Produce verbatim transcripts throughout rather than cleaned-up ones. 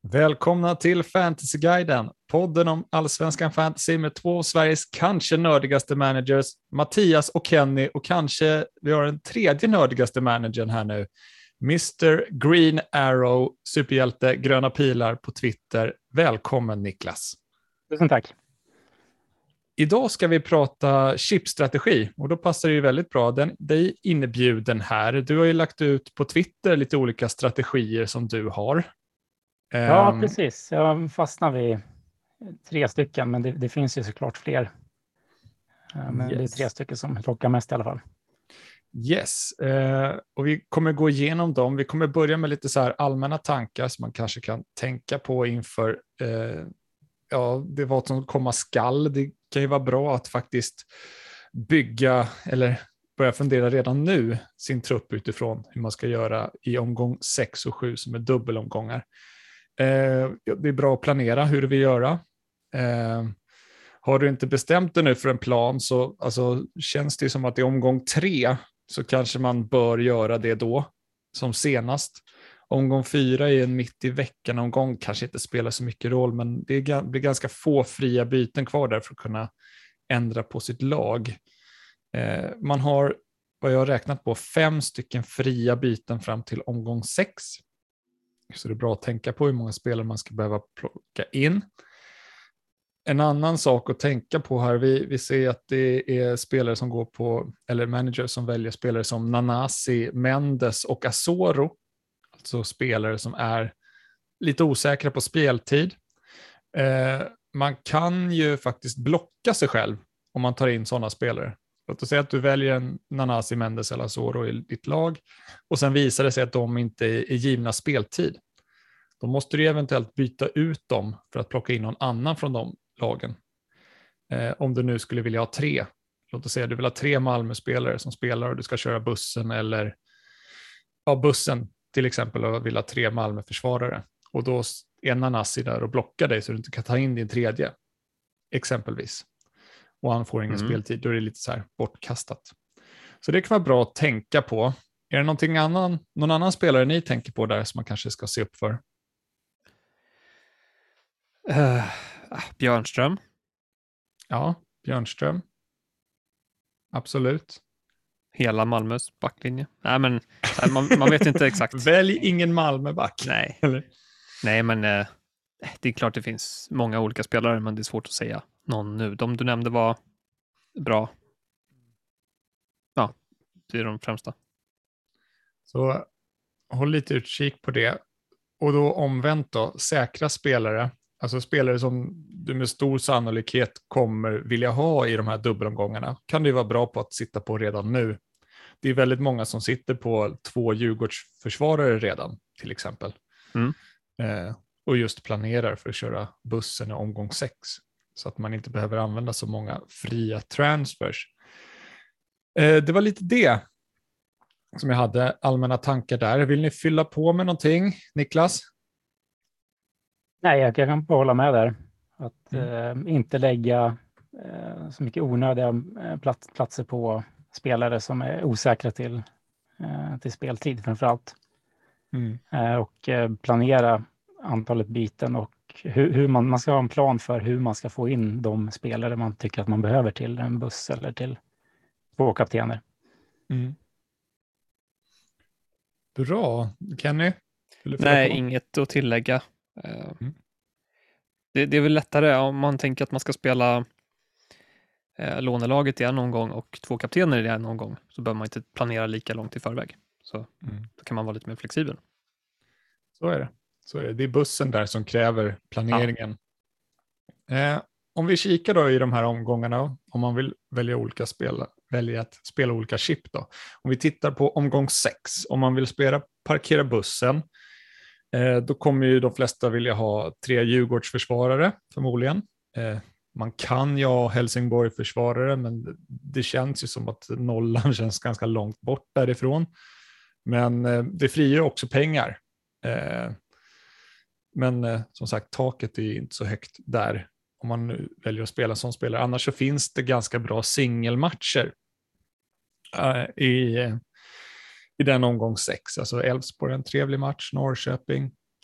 Välkomna till Fantasyguiden, podden om allsvenskan fantasy med två av Sveriges kanske nördigaste managers, Mattias och Kenny, och kanske vi har den tredje nördigaste managern här nu, mister Green Arrow, superhjälte, gröna pilar på Twitter. Välkommen Niklas. Tusen tack. Idag ska vi prata chipstrategi och då passar det ju väldigt bra. Den, dig inbjuden här. Du har ju lagt ut på Twitter lite olika strategier som du har. Ja, Um, precis. Jag fastnar vid tre stycken, men det, det finns ju såklart fler. Uh, men yes. det är tre stycken som lockar mest i alla fall. Yes, uh, och vi kommer gå igenom dem. Vi kommer börja med lite så här allmänna tankar som man kanske kan tänka på inför uh, ja, det vad som komma skall. Det kan ju vara bra att faktiskt bygga eller börja fundera redan nu sin trupp utifrån hur man ska göra i omgång sex och sju som är dubbelomgångar. Eh, det är bra att planera hur du vill göra. Eh, har du inte bestämt dig nu för en plan så alltså, känns det som att i omgång tre så kanske man bör göra det då som senast. Omgång fyra är en mitt i veckan omgång, kanske inte spelar så mycket roll, men det blir ganska få fria byten kvar där för att kunna ändra på sitt lag. Eh, man har, vad jag har räknat på, fem stycken fria byten fram till omgång sex. Så det är bra att tänka på hur många spelare man ska behöva plocka in. En annan sak att tänka på här, vi, vi ser att det är spelare som går på, eller managers som väljer spelare som Nanasi, Mendes och Asoro. Alltså spelare som är lite osäkra på speltid. Eh, man kan ju faktiskt blocka sig själv om man tar in sådana spelare. Låt oss säga att du väljer en Nanasi, Mendes eller Asoro i ditt lag och sen visar det sig att de inte är givna speltid. Då måste du eventuellt byta ut dem för att plocka in någon annan från de lagen. Eh, om du nu skulle vilja ha tre. Låt oss säga att du vill ha tre Malmö-spelare som spelar och du ska köra bussen eller ja, bussen till exempel och vill ha tre Malmö-försvarare. Och då är Nanasi där och blockar dig så du inte kan ta in din tredje. Exempelvis. Och han får ingen mm. speltid. Då är det lite så här bortkastat. Så det kan vara bra att tänka på. Är det någonting annan, någon annan spelare ni tänker på där som man kanske ska se upp för? Uh, Björnström. Ja, Björnström. Absolut. Hela Malmös backlinje. Nej, men nej, man, man vet inte exakt. Välj ingen Malmö-back. Nej, nej men uh, det är klart det finns många olika spelare, men det är svårt att säga någon nu. De du nämnde var bra. Ja, det är de främsta. Så håll lite utkik på det. Och då omvänt då, säkra spelare. Alltså spelare som du med stor sannolikhet kommer vilja ha i de här dubbelomgångarna. Kan det ju vara bra på att sitta på redan nu. Det är väldigt många som sitter på två Djurgårdsförsvarare redan, till exempel. Mm. Eh, och just planerar för att köra bussen i omgång sex. Så att man inte behöver använda så många fria transfers. Eh, det var lite det som jag hade allmänna tankar där. Vill ni fylla på med någonting, Niklas? Nej, jag kan bara hålla med där. Att mm. eh, inte lägga eh, så mycket onödiga eh, plats, platser på spelare som är osäkra till, eh, till speltid framförallt. Mm. Eh, och eh, planera antalet byten och hur, hur man, man ska ha en plan för hur man ska få in de spelare man tycker att man behöver till en buss eller till två kaptener. Mm. Bra. Kenny? Nej, inget att tillägga. Mm. Det, det är väl lättare om man tänker att man ska spela eh, lånelaget i en omgång och två kaptener i en omgång, så behöver man inte planera lika långt i förväg. Så mm. då kan man vara lite mer flexibel. Så är det. Så är det. Det är bussen där som kräver planeringen. Ja. Eh, om vi kikar då i de här omgångarna, om man vill välja olika spel, välja att spela olika chip då. Om vi tittar på omgång sex, om man vill spela parkera bussen, eh, då kommer ju de flesta vilja ha tre Djurgårdsförsvarare förmodligen. Eh, man kan ju ha Helsingborg-försvarare, men det känns ju som att nollan känns ganska långt bort därifrån. Men eh, det frigör också pengar. Eh, men eh, som sagt, taket är inte så högt där om man nu väljer att spela som spelare. Annars så finns det ganska bra singelmatcher uh, i, i den omgång sex. Alltså Elfsborg en trevlig match, Norrköping,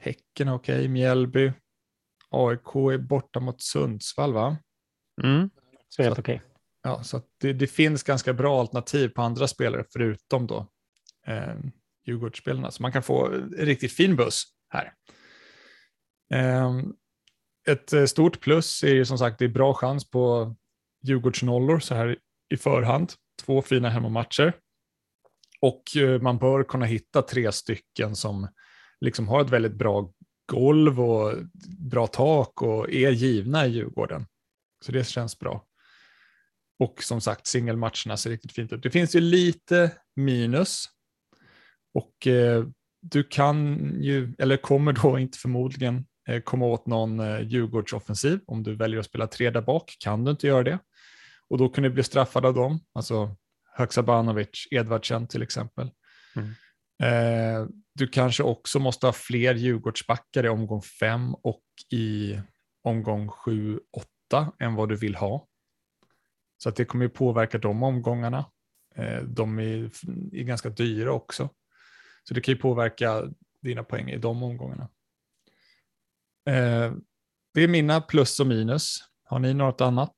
Häcken är okej, Mjällby. A I K är borta mot Sundsvall, va? Mm. Så är det Så att- okej. Ja, så att det, det finns ganska bra alternativ på andra spelare förutom då eh, Djurgårdsspelarna. Så man kan få en riktigt fin buss här. Eh, ett eh, stort plus är ju som sagt det är bra chans på Djurgårdsnollor så här i förhand. Två fina hemmamatcher. Och eh, man bör kunna hitta tre stycken som liksom har ett väldigt bra golv och bra tak och är givna i Djurgården. Så det känns bra. Och som sagt, singelmatcherna ser riktigt fint ut. Det finns ju lite minus. Och eh, du kan ju, eller kommer då inte förmodligen eh, komma åt någon eh, Djurgårdsoffensiv. Om du väljer att spela tre där bak kan du inte göra det. Och då kan du bli straffad av dem. Alltså Haksabanovic, Edvardsen till exempel. Mm. Eh, du kanske också måste ha fler Djurgårdsbackar i omgång fem och i omgång sju åtta än vad du vill ha. Så att det kommer ju påverka de omgångarna. Eh, de är, är ganska dyra också. Så det kan ju påverka dina poäng i de omgångarna. Eh, det är mina plus och minus. Har ni något annat?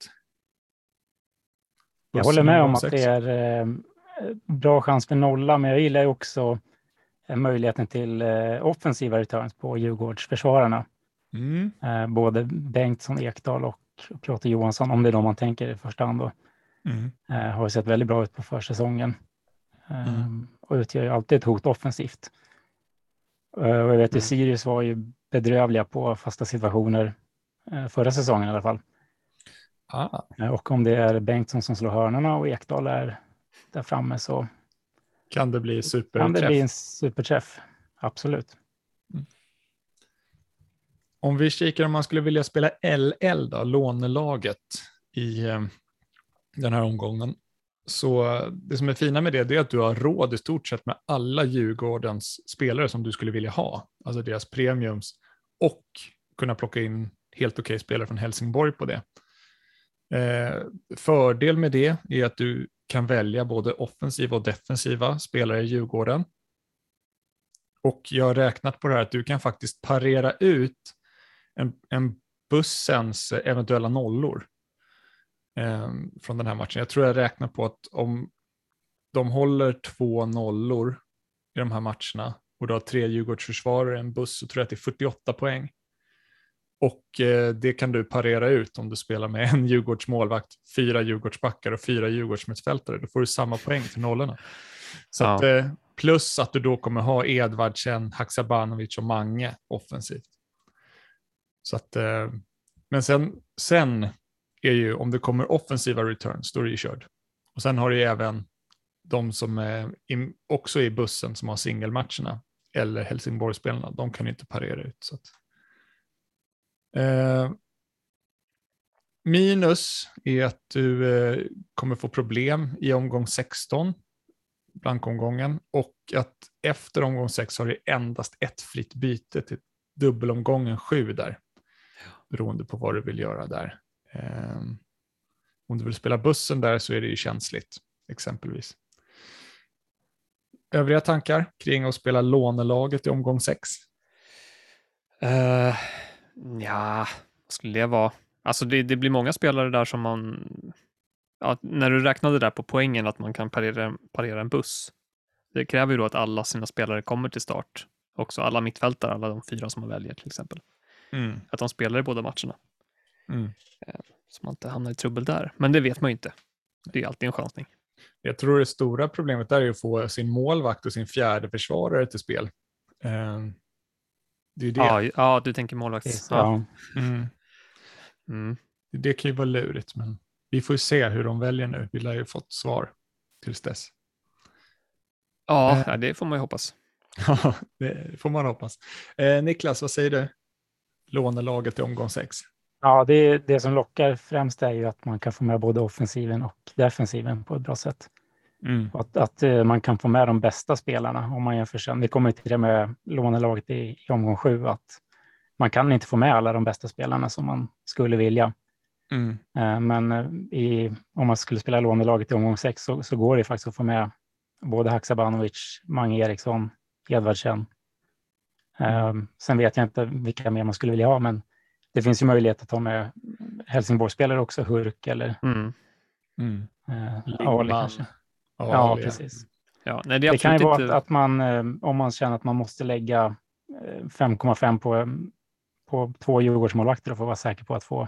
Jag håller med om att sex. det är eh, bra chans för nolla, men jag gillar ju också eh, möjligheten till eh, offensiva returns på Djurgårdsförsvararna. Mm. Eh, både Bengtsson, Ekdal och Piotr Johansson, om det är de man tänker i första hand då, Mm. eh, har ju sett väldigt bra ut på försäsongen. Eh, Mm. och utgör ju alltid ett hot offensivt. Eh, och jag vet ju, Mm. Sirius var ju bedrövliga på fasta situationer eh, förra säsongen i alla fall. Ah. Eh, och om det är Bengtsson som slår hörnorna och Ekdal är där framme så Kan det bli kan det superträff? bli en superträff. Absolut. Om vi kikar om man skulle vilja spela L L då, lånelaget i eh, den här omgången. Så det som är fina med det, det är att du har råd i stort sett med alla Djurgårdens spelare som du skulle vilja ha. Alltså deras premiums och kunna plocka in helt okej spelare från Helsingborg på det. Eh, fördel med det är att du kan välja både offensiva och defensiva spelare i Djurgården. Och jag har räknat på det här att du kan faktiskt parera ut en, en bussens eventuella nollor eh, från den här matchen. Jag tror jag räknar på att om de håller två nollor i de här matcherna och du har tre Djurgårdsförsvarare i en buss, så tror jag att det är fyrtioåtta poäng. Och eh, det kan du parera ut om du spelar med en Djurgårdsmålvakt, fyra Djurgårdsbackar och fyra Djurgårdsmittfältare. Då får du samma poäng för nollorna. Så Ja. att, eh, plus att du då kommer ha Edvardsen, Haksabanovic och Mange offensivt. Så att, eh, men sen, sen är ju, om det kommer offensiva returns, då är det ju körd. Och sen har du ju även de som är in, också i bussen som har singelmatcherna eller Helsingborgsspelarna, de kan ju inte parera ut. Så att, eh, minus är att du eh, kommer få problem i omgång sexton, blankomgången, och att efter omgång sex har du endast ett fritt byte till dubbelomgången sju där. Beroende på vad du vill göra där. Eh, om du vill spela bussen där så är det ju känsligt, exempelvis. Övriga tankar kring att spela lånelaget i omgång sex? Uh, ja, vad skulle det vara? Alltså det, det blir många spelare där som man... Ja, när du räknade där på poängen att man kan parera, parera en buss. Det kräver ju då att alla sina spelare kommer till start. Också alla mittfältare, alla de fyra som man väljer till exempel. Mm. Att de spelar i båda matcherna. Mm. Så man inte hamnar i trubbel där. Men det vet man ju inte. Det är alltid en chansning. Jag tror det stora problemet där är att få sin målvakt och sin fjärde försvarare till spel. Uh, det är det. Ja, ja, du tänker målvakts... Ja. Mm. Mm. Det kan ju vara lurigt, men vi får ju se hur de väljer nu. Vi lär ju fått svar tills dess. Ja, Eh. det får man ju hoppas. Ja, det får man hoppas. Eh, Niklas, vad säger du? Lånelaget i omgång sex. Ja, det, det som lockar främst är ju att man kan få med både offensiven och defensiven på ett bra sätt. Mm. Och att, att uh, man kan få med de bästa spelarna om man jämför sen. Vi kommer till det med lånelaget i, i omgång sju, att man kan inte få med alla de bästa spelarna som man skulle vilja. Mm. Uh, men uh, i, om man skulle spela lånelaget i omgång sex så, så går det faktiskt att få med både Haksabanovic, Mange Eriksson, Edvardsen Mm. Sen vet jag inte vilka mer man skulle vilja ha, men det finns ju möjlighet att ta med Helsingborgsspelare också, Hurk eller Mm. Mm. eh, Lindman. Ali kanske. Ja, Ja, Ali, ja. precis. Ja, nej, det är Det kan ju absolut vara inte... att, att man, eh, om man känner att man måste lägga eh, fem komma fem på, eh, på två Djurgårdsmålvakter och få vara säker på att få,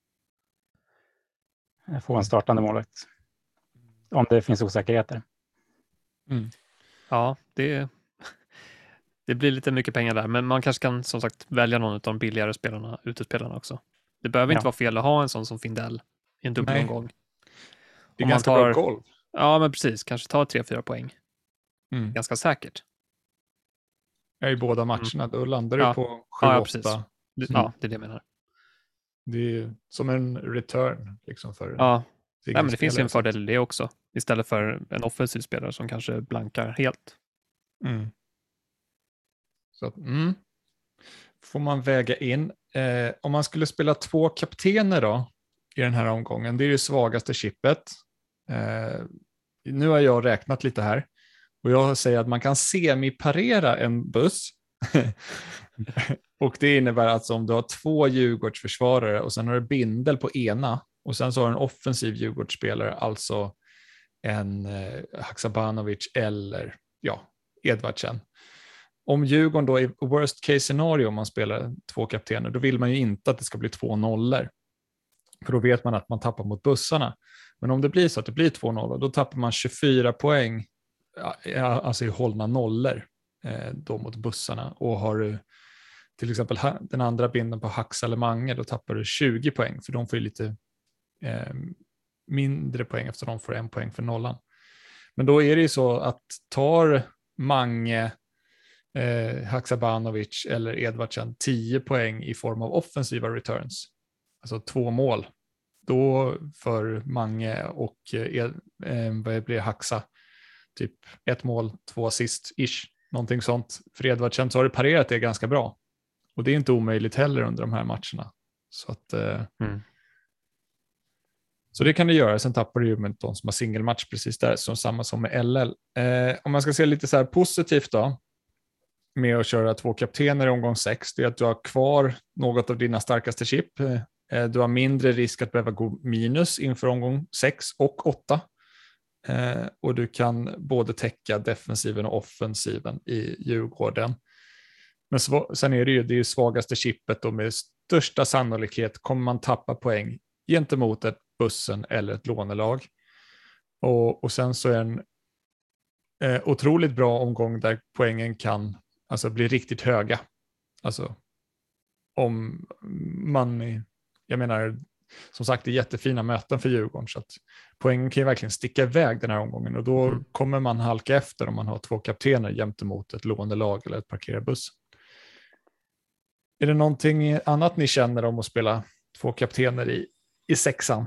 eh, få en startande målvakt. Om det finns osäkerheter. Mm. Ja, det, det blir lite mycket pengar där, men man kanske kan som sagt välja någon av de billigare spelarna, utespelarna också. Det behöver Ja. inte vara fel att ha en sån som Findell i en dubbelomgång. Det är Om man ganska tar, bra golv. ja, men precis, kanske ta tre fyra poäng. Mm. Ganska säkert. Ja, i båda matcherna, då landar du Ja. på sju Ja, ja, precis. åtta. Det- Mm. Ja, det är det jag menar. Det är som en return liksom för en Ja, nej, men det finns ju singelspelare, en så att- fördel i det också. Istället för en offensiv spelare som kanske blankar helt. Mm. Så att, mm. Får man väga in. Eh, om man skulle spela två kaptener då i den här omgången, det är det svagaste chippet. Eh, nu har jag räknat lite här och jag säger att man kan semiparera en buss. Och det innebär alltså om du har två Djurgårdsförsvarare och sen har du bindel på ena och sen så har du en offensiv Djurgårdsspelare, alltså en eh, Haksabanovic eller ja, Edvardsen. Om Djurgården då i worst case scenario, om man spelar två kaptener, då vill man ju inte att det ska bli två nollor. För då vet man att man tappar mot bussarna. Men om det blir så att det blir två nollor, då tappar man tjugofyra poäng, alltså i hållna nollor eh, då mot bussarna. Och har du till exempel den andra binden på Hax eller Mange, då tappar du tjugo poäng, för de får ju lite eh, mindre poäng eftersom de får en poäng för nollan. Men då är det ju så att tar Mange, eh, Haksabanovic eller Edvardsen tio poäng i form av offensiva returns, alltså två mål, då för Mange och eh, vad blir Haxa, typ ett mål, två assist-ish, någonting sånt. För Edvardsen så har du parerat det ganska bra. Och det är inte omöjligt heller under de här matcherna. Så att eh, Mm. så det kan du göra. Sen tappar du ju med de som har singelmatch precis där, som samma som med L L. Eh, om man ska se lite så här positivt då, med att köra två kaptener i omgång sex, det är att du har kvar något av dina starkaste chip. Eh, du har mindre risk att behöva gå minus inför omgång sex och åtta. Eh, och du kan både täcka defensiven och offensiven i Djurgården. Men sv- sen är det ju det är ju svagaste chippet, och med största sannolikhet kommer man tappa poäng gentemot ett bussen eller ett lånelag. Och, och sen så är en eh, otroligt bra omgång där poängen kan alltså bli riktigt höga. Alltså om man, jag menar, som sagt, det är jättefina möten för Djurgården, så att poängen kan ju verkligen sticka iväg den här omgången, och då Mm. kommer man halka efter om man har två kaptener gentemot ett lånelag eller ett parkerad buss. Är det någonting annat ni känner om att spela två kaptener i, i sexan?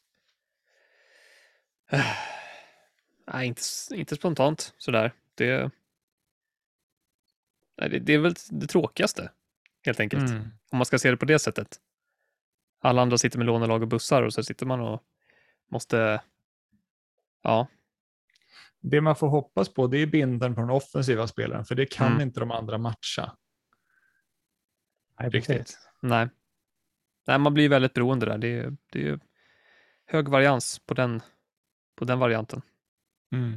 Nej, inte, inte spontant sådär. Det, nej, det, det är väl det tråkigaste, helt enkelt. Mm. Om man ska se det på det sättet. Alla andra sitter med lånelag och bussar och så sitter man och måste, ja. Det man får hoppas på, det är binden på den offensiva spelaren, för det kan Mm. inte de andra matcha. Nej, Riktigt. precis. Nej. Nej, man blir väldigt beroende där. Det är, det är hög varians på den, på den varianten. Mm.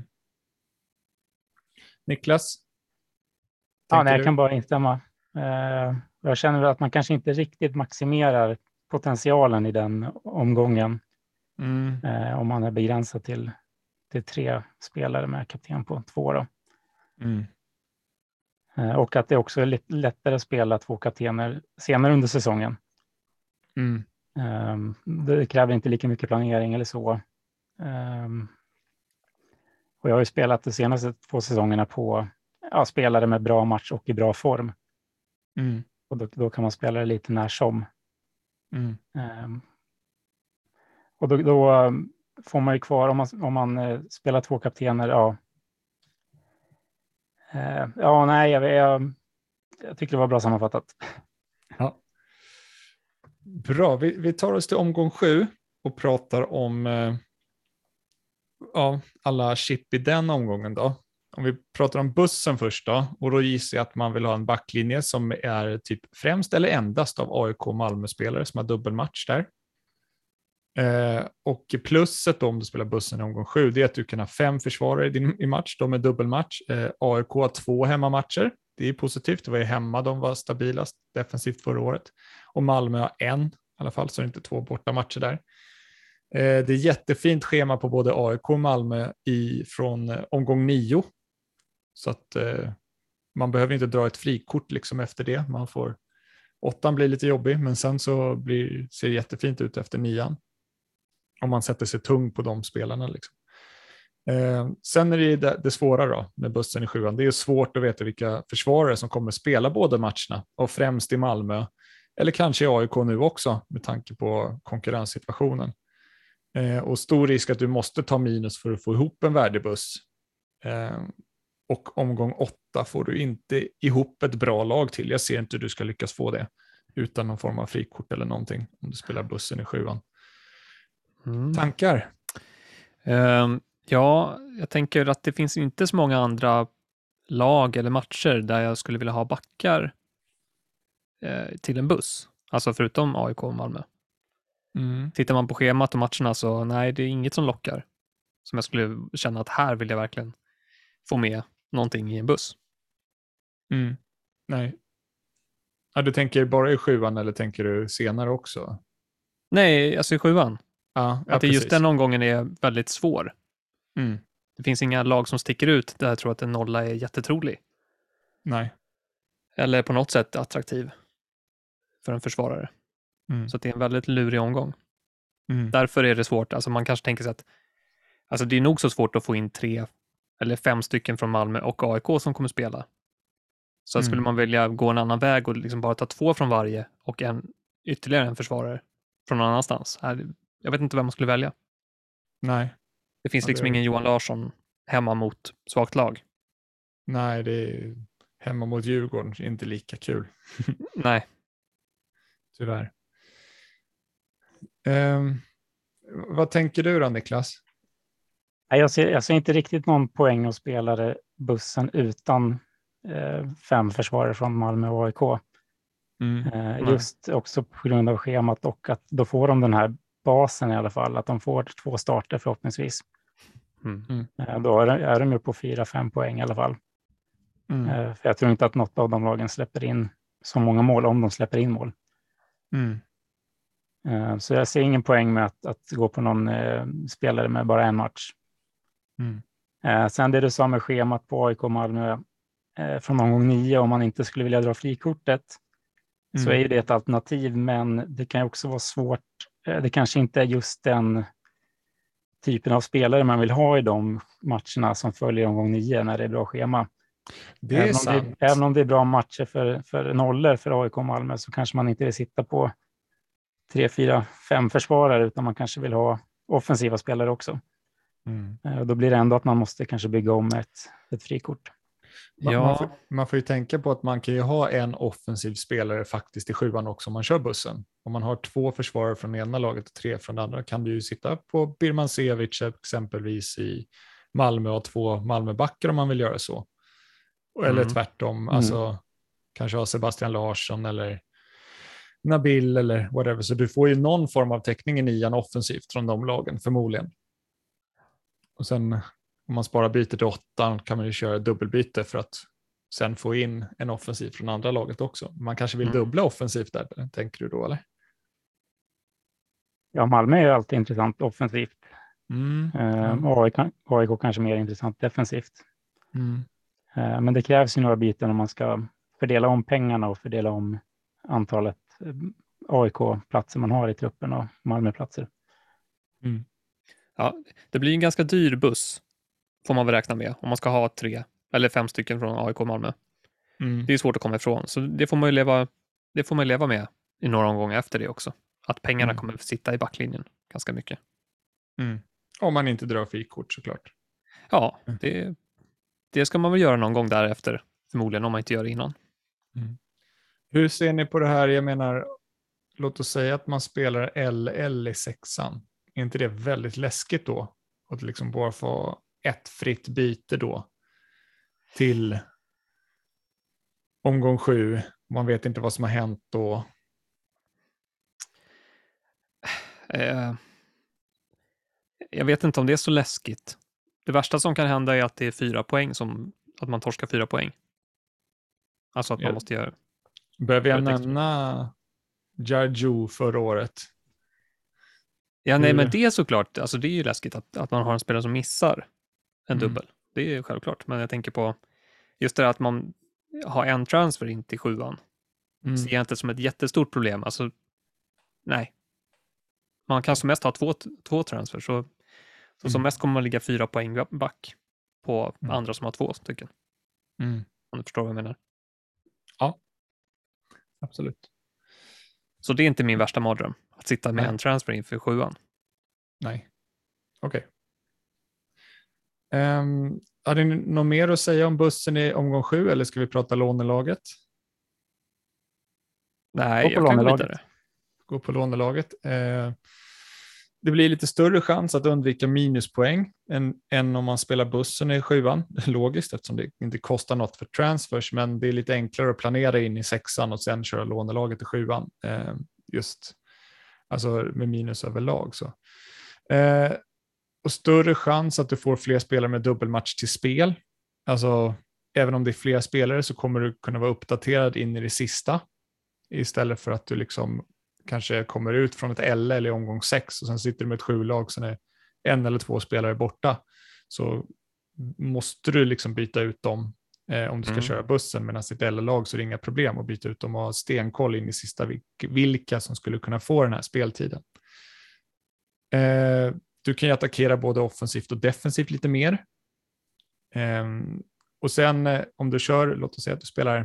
Niklas? Ja, nej, Tänker jag du? kan bara instämma. Eh, jag känner väl att man kanske inte riktigt maximerar potentialen i den omgången Mm. eh, om man är begränsad till, till tre spelare med kapten på två. Då. Mm. Eh, och att det också är lite lättare att spela två kaptener senare under säsongen. Mm. Eh, det kräver inte lika mycket planering eller så. Eh, och jag har ju spelat de senaste två säsongerna på ja, spelare med bra match och i bra form. Mm. Och då, då kan man spela det lite när som. Mm. Um, och då, då får man ju kvar, om man, om man uh, spelar två kaptener, ja. Uh, ja, nej, jag, jag, jag tycker det var bra sammanfattat. Ja. Bra, vi, vi tar oss till omgång sju och pratar om eh, ja, alla chip i den omgången då. om vi pratar om bussen först då, och då gissar jag att man vill ha en backlinje som är typ främst eller endast av A I K och Malmö-spelare som har dubbelmatch där. Eh, och plusset då, om du spelar bussen i omgång sju, det är att du kan ha fem försvarare i, din, i match, de är dubbelmatch. Eh, A I K har två hemmamatcher, det är positivt, det var ju hemma de var stabilast defensivt förra året. Och Malmö har en i alla fall, så är det inte två borta matcher där. Eh, det är jättefint schema på både A I K och Malmö i, från eh, omgång nio. Så att eh, man behöver inte dra ett frikort liksom efter det. Man får, åttan blir lite jobbig, men sen så blir, ser det jättefint ut efter nian. Om man sätter sig tung på de spelarna. Liksom. Eh, sen är det det, det svåra då, med bussen i sjuan. Det är svårt att veta vilka försvarare som kommer spela båda matcherna. Och främst i Malmö. Eller kanske i A I K nu också, med tanke på konkurrenssituationen. Eh, och stor risk att du måste ta minus för att få ihop en värdig buss. Eh, och omgång åtta får du inte ihop ett bra lag till. Jag ser inte hur du ska lyckas få det utan någon form av frikort eller någonting om du spelar bussen i sjuan. Mm. Tankar? Um, ja, jag tänker att det finns inte så många andra lag eller matcher där jag skulle vilja ha backar eh, till en buss. Alltså förutom A I K och Malmö. Mm. Tittar man på schemat och matcherna så nej, det är inget som lockar. Som jag skulle känna att här vill jag verkligen få med någonting i en buss. Mm. Nej. Ja, du tänker bara i sjuan eller tänker du senare också? Nej, alltså i sjuan. Ja, ja, att det just den omgången är väldigt svår. Mm. Det finns inga lag som sticker ut där jag tror att en nolla är jättetrolig. Nej. Eller på något sätt attraktiv för en försvarare. Mm. Så att det är en väldigt lurig omgång. Mm. Därför är det svårt. Alltså man kanske tänker sig att alltså det är nog så svårt att få in tre eller fem stycken från Malmö och A I K som kommer spela. Så mm. skulle man vilja gå en annan väg och liksom bara ta två från varje och en ytterligare en försvarare från någon annanstans. Jag vet inte vem man skulle välja. Nej. Det finns ja, liksom det är... ingen Johan Larsson hemma mot svagt lag. Nej, det är hemma mot Djurgården. Det är inte lika kul. Nej. Tyvärr. Um, vad tänker du då, Niklas? Jag ser, jag ser inte riktigt någon poäng att spela bussen utan eh, fem försvarare från Malmö och A I K. Mm, eh, just också på grund av schemat och att då får de den här basen i alla fall, att de får två starter förhoppningsvis. Mm. Eh, då är, är de ju på fyra, fem poäng i alla fall. Mm. Eh, för jag tror inte att något av de lagen släpper in så många mål om de släpper in mål. Mm. Eh, så jag ser ingen poäng med att, att gå på någon eh, spelare med bara en match. Mm. Eh, sen det du sa med schemat på A I K Malmö eh, från omgång nio, om man inte skulle vilja dra frikortet mm. så är ju det ett alternativ, men det kan ju också vara svårt. Eh, det kanske inte är just den typen av spelare man vill ha i de matcherna som följer omgång nio när det är bra schema. Det är även, sant. Om det, även om det är bra matcher för, för nollor för A I K Malmö så kanske man inte vill sitta på tre, fyra, fem försvarare utan man kanske vill ha offensiva spelare också. Mm. Och då blir det ändå att man måste kanske bygga om ett, ett frikort. Ja. Man, får, man får ju tänka på att man kan ju ha en offensiv spelare faktiskt i sjuan också om man kör bussen. Om man har två försvarare från ena laget och tre från det andra kan du ju sitta på Birmancevic exempelvis i Malmö och två Malmöbackar om man vill göra så. Eller mm. tvärtom, mm. alltså kanske ha Sebastian Larsson eller Nabil eller whatever. Så du får ju någon form av täckning i nian offensivt från de lagen förmodligen. Och sen om man sparar byte till åttan kan man ju köra dubbelbyte för att sen få in en offensiv från andra laget också. Man kanske vill mm. dubbla offensivt där, tänker du då eller? Ja, Malmö är ju alltid intressant offensivt. Mm. Mm. Uh, A I K kanske mer intressant defensivt. Mm. Uh, men det krävs ju några byten om man ska fördela om pengarna och fördela om antalet A I K-platser man har i truppen och Malmö-platser. Mm. Ja, det blir en ganska dyr buss får man väl räkna med om man ska ha tre eller fem stycken från A I K Malmö. Mm. Det är svårt att komma ifrån, så det får man ju leva, det får man leva med i några omgångar efter det också. Att pengarna mm. kommer sitta i backlinjen ganska mycket. Mm. Om man inte drar frikort såklart. Ja, det, det ska man väl göra någon gång därefter, förmodligen om man inte gör det innan. Mm. Hur ser ni på det här? Jag menar, låt oss säga att man spelar L L i sexan. Är inte det väldigt läskigt då? Att liksom bara få ett fritt byte då. till omgång sju. Man vet inte vad som har hänt då. Eh, jag vet inte om det är så läskigt. Det värsta som kan hända är att det är fyra poäng, som att man torskar fyra poäng. Alltså att man Ja. måste göra... Behöver jag nämna Jarju förra året? Ja, nej, Hur- men det är såklart, alltså det är ju läskigt att, att man har en spelare som missar en Mm. dubbel. Det är ju självklart, men jag tänker på just det här att man har en transfer in till sjuan. Mm. Ser jag inte som ett jättestort problem. Alltså, nej. Man kan som mest ha två, två transfer, så, så som Mm. mest kommer man ligga fyra poäng back på Mm. andra som har två stycken. Mm. Om du förstår vad jag menar. Absolut. Så det är inte min värsta mardröm, att sitta med Nej. en transfer inför sjuan. Nej. Okej. Um, har ni något mer att säga om bussen i omgång sju, eller ska vi prata lånelaget? Nej, Gå på jag kan gå lånelaget. vidare. Gå på lånelaget. Uh, det blir lite större chans att undvika minuspoäng än, än om man spelar bussen i sjuan. Logiskt, eftersom det inte kostar något för transfers, men det är lite enklare att planera in i sexan och sen köra lånelaget i sjuan. Uh, just alltså med minus överlag. Så. Uh, och större chans att du får fler spelare med dubbelmatch till spel. Alltså, även om det är fler spelare så kommer du kunna vara uppdaterad in i det sista. Istället för att du liksom kanske kommer ut från ett L eller i omgång sex och sen sitter du med ett sju-lag, sen är en eller två spelare borta. Så måste du liksom byta ut dem eh, om du ska Mm. köra bussen, medan sitt L-lag så är det inga problem att byta ut dem och ha stenkoll in i sista vilka som skulle kunna få den här speltiden. Eh, Du kan ju attackera både offensivt och defensivt lite mer. Um, och sen eh, om du kör, låt oss säga att du spelar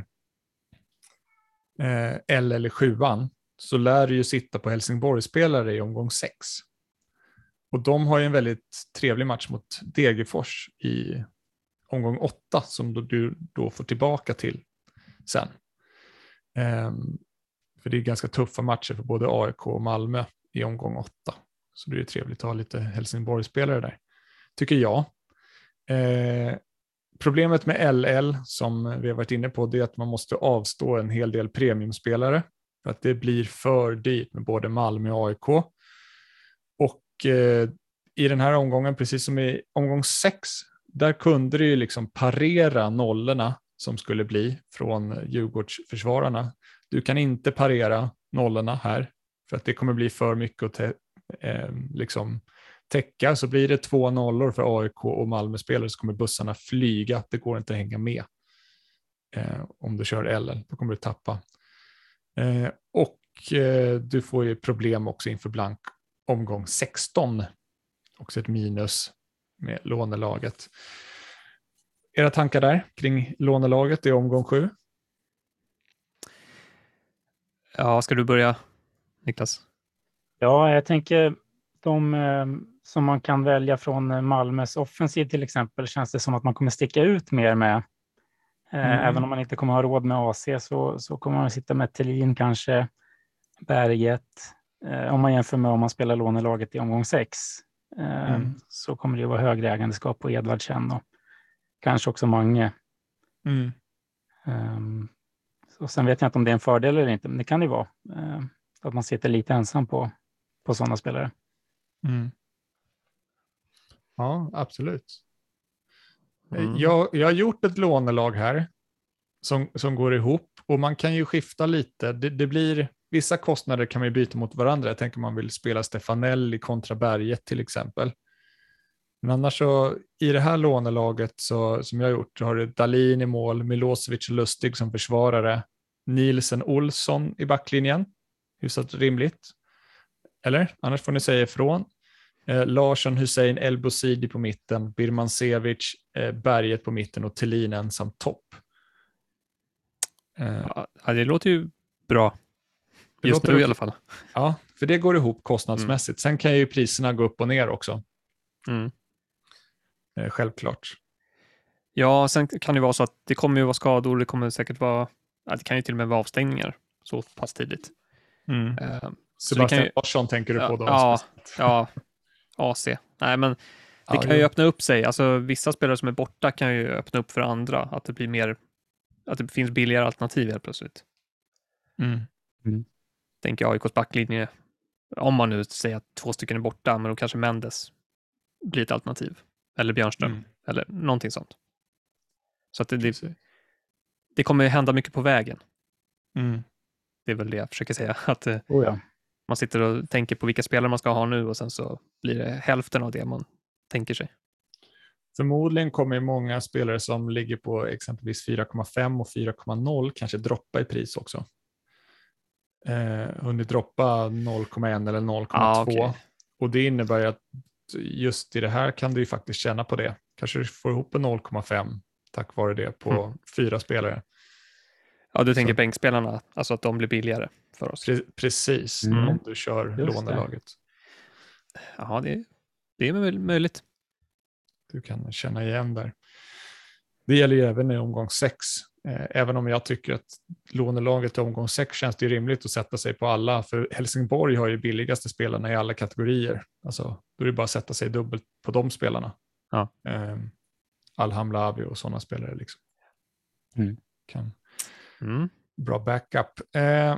eh, L eller sjuan, så lär du ju sitta på Helsingborg-spelare i omgång sex. Och de har ju en väldigt trevlig match mot Degerfors i omgång åtta som då, du då får tillbaka till sen. Um, för det är ganska tuffa matcher för både A I K och Malmö i omgång åtta. Så det är trevligt att ha lite Helsingborg-spelare där, tycker jag. Eh, problemet med L L, som vi har varit inne på, det är att man måste avstå en hel del premiumspelare. För att det blir för dyrt med både Malmö och A I K. Och eh, i den här omgången, precis som i omgång sex, där kunde det ju liksom parera nollorna som skulle bli från Djurgårdsförsvararna. Du kan inte parera nollorna här, för att det kommer bli för mycket att te- eh, liksom täcka. Så blir det två nollor för A I K och Malmö-spelare så kommer bussarna flyga. Det går inte att hänga med. Eh, om du kör L L, då kommer du tappa. Eh, och eh, du får ju problem också inför blank omgång sexton. Också ett minus med lånelaget. Era tankar där kring lånelaget i omgång sju? Ja, ska du börja, Niklas? Ja, jag tänker de eh, som man kan välja från Malmös offensiv till exempel, känns det som att man kommer sticka ut mer med. Eh, Mm. Även om man inte kommer ha råd med A C så, så kommer man sitta med Thelin kanske, Berget. Eh, om man jämför med om man spelar lånelaget i omgång sex eh, Mm. så kommer det vara högre ägandeskap på Edvardsen och kanske också Mange. Mm. Um, och sen vet jag inte om det är en fördel eller inte, men det kan det vara. Uh, att man sitter lite ensam på, på sådana spelare. Mm. Ja, absolut. Mm. Jag, jag har gjort ett lånelag här som, som går ihop och man kan ju skifta lite. Det, det blir, vissa kostnader kan man ju byta mot varandra. Jag tänker man vill spela Stefanelli kontra Berget till exempel. Men annars så i det här lånelaget så, som jag har gjort, så har du Dahlin i mål, Milosevic och Lustig som försvarare, Nielsen Olsson i backlinjen. Hyfsat rimligt. Eller? Annars får ni säga ifrån. Eh, Larsson, Hussein, El Bouzidi på mitten, Birmancevic, eh, Berget på mitten och Thelin ensam topp. Eh, Ja, det låter ju bra. det Just låter nu i okej. alla fall. Ja, för det går ihop kostnadsmässigt. Sen kan ju priserna gå upp och ner också. Mm. Eh, självklart. Ja, sen kan det vara så att det kommer ju vara skador. Det kommer säkert vara, ja, det kan ju till och med vara avstängningar så pass tidigt. Mm. Eh, så det Sebastian kan ju, Larsson tänker du på då? ja, ja, A C. Nej, men Det kan ju öppna upp sig. Alltså, vissa spelare som är borta kan ju öppna upp för andra. Att det blir mer, att det finns billigare alternativ helt plötsligt. Mm. Mm. Tänker A I K:s backlinje. Om man nu säger att två stycken är borta, men då kanske Mendes blir ett alternativ. Eller Björnström. Mm. Eller någonting sånt. Så att det, det, det kommer ju hända mycket på vägen. Mm. Det är väl det jag försöker säga. Att Oh ja. man sitter och tänker på vilka spelare man ska ha nu och sen så blir det hälften av det man tänker sig. Förmodligen kommer många spelare som ligger på exempelvis fyra komma fem och fyra komma noll kanske droppa i pris också. Eh, hunnit droppa noll komma ett eller noll komma två. Ah, okay. Och det innebär ju att just i det här kan du ju faktiskt känna på det. Kanske du får ihop en noll komma fem tack vare det på mm. fyra spelare. Ja, du tänker så. Bänkspelarna, alltså att de blir billigare för oss. Pre- precis, mm. om du kör just lånelaget. Det. Ja, det, det är möjligt. Du kan känna igen där. Det gäller ju även i omgång sex. Även om jag tycker att lånelaget i omgång sex känns det rimligt att sätta sig på alla. För Helsingborg har ju billigaste spelarna i alla kategorier. Alltså, då är det bara att sätta sig dubbelt på de spelarna. Ja. Um, Alhamlavi och sådana spelare liksom. Mm. Kan. Mm. Bra backup. Uh,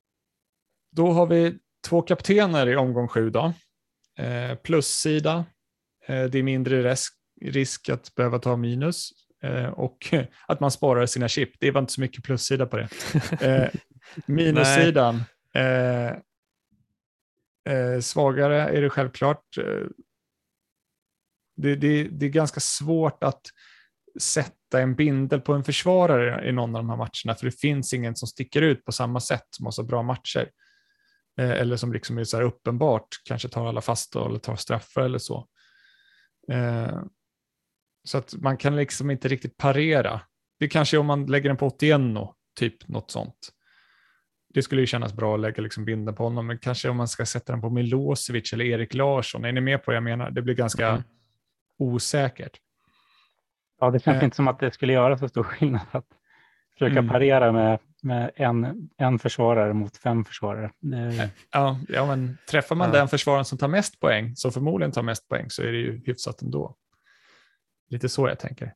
då har vi två kaptener i omgång sju då. Uh, plussida. Uh, det är mindre risk, risk att behöva ta minus. Uh, och att man sparar sina chip. Det var inte så mycket plussida på det. Uh, minussidan. Uh, uh, svagare är det självklart. Uh, det, det, det är ganska svårt att sätta en bindel på en försvarare i någon av de här matcherna. För det finns ingen som sticker ut på samma sätt som har så bra matcher. Uh, eller som liksom är så här uppenbart. Kanske tar alla fast eller tar straffar eller så. Uh, Så att man kan liksom inte riktigt parera. Det kanske om man lägger den på åttioen, typ något sånt. Det skulle ju kännas bra att lägga liksom binden på honom. Men kanske om man ska sätta den på Milosevic eller Erik Larsson. Är ni med på vad jag menar? Det blir ganska mm. osäkert. Ja, det känns eh. inte som att det skulle göra så stor skillnad att försöka mm. parera med, med en, en försvarare mot fem försvarare. Det... Ja, ja, men träffar man ja. den försvararen som tar mest poäng, som förmodligen tar mest poäng, så är det ju hyfsat ändå. Lite så jag tänker.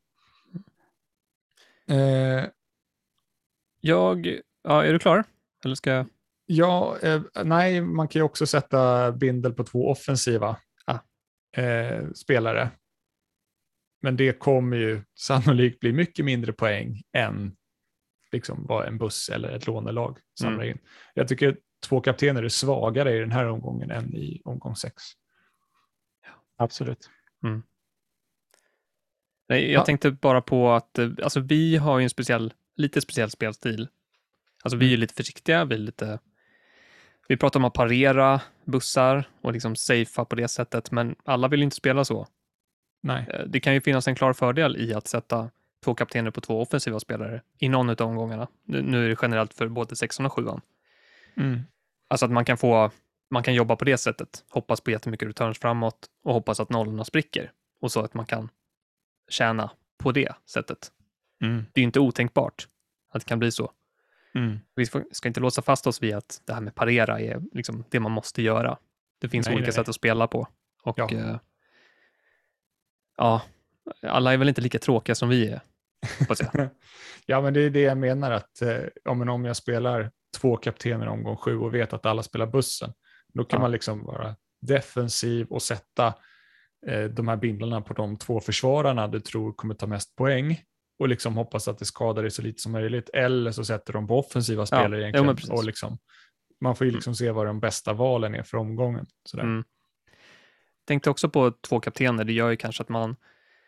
Eh, jag, ja, är du klar? Eller ska jag? Ja, eh, nej, man kan ju också sätta bindel på två offensiva ah. eh, spelare. Men det kommer ju sannolikt bli mycket mindre poäng än liksom vad en buss eller ett lånelag samlar mm. in. Jag tycker att två kaptener är svagare i den här omgången än i omgång sex. Absolut. Mm. Nej, jag ja. tänkte bara på att alltså, vi har ju en speciell, lite speciell spelstil. Alltså vi är lite försiktiga, vi är lite vi pratar om att parera bussar och liksom safea på det sättet, men alla vill inte spela så. Nej. Det kan ju finnas en klar fördel i att sätta två kaptener på två offensiva spelare i någon av omgångarna. Nu är det generellt för både sexan och sjuan. Mm. Alltså att man kan få man kan jobba på det sättet, hoppas på jättemycket returns framåt och hoppas att nollorna spricker och så att man kan tjäna på det sättet. Mm. Det är ju inte otänkbart att det kan bli så. Mm. Vi ska inte låsa fast oss vid att det här med parera är liksom det man måste göra. Det finns nej, olika nej. sätt att spela på. Och ja. Eh, ja, alla är väl inte lika tråkiga som vi är. Ja, men det är det jag menar att eh, om, om jag spelar två kaptener omgång sju och vet att alla spelar bussen, då kan ja. man liksom vara defensiv och sätta eh, de här bindlarna på de två försvararna du tror kommer ta mest poäng och liksom hoppas att det skadar dig så lite som möjligt, eller så sätter de på offensiva spelare ja. egentligen ja, och liksom, man får ju liksom mm. se vad de bästa valen är för omgången. Sådär. Mm. Tänkte också på två kaptener, det gör ju kanske att man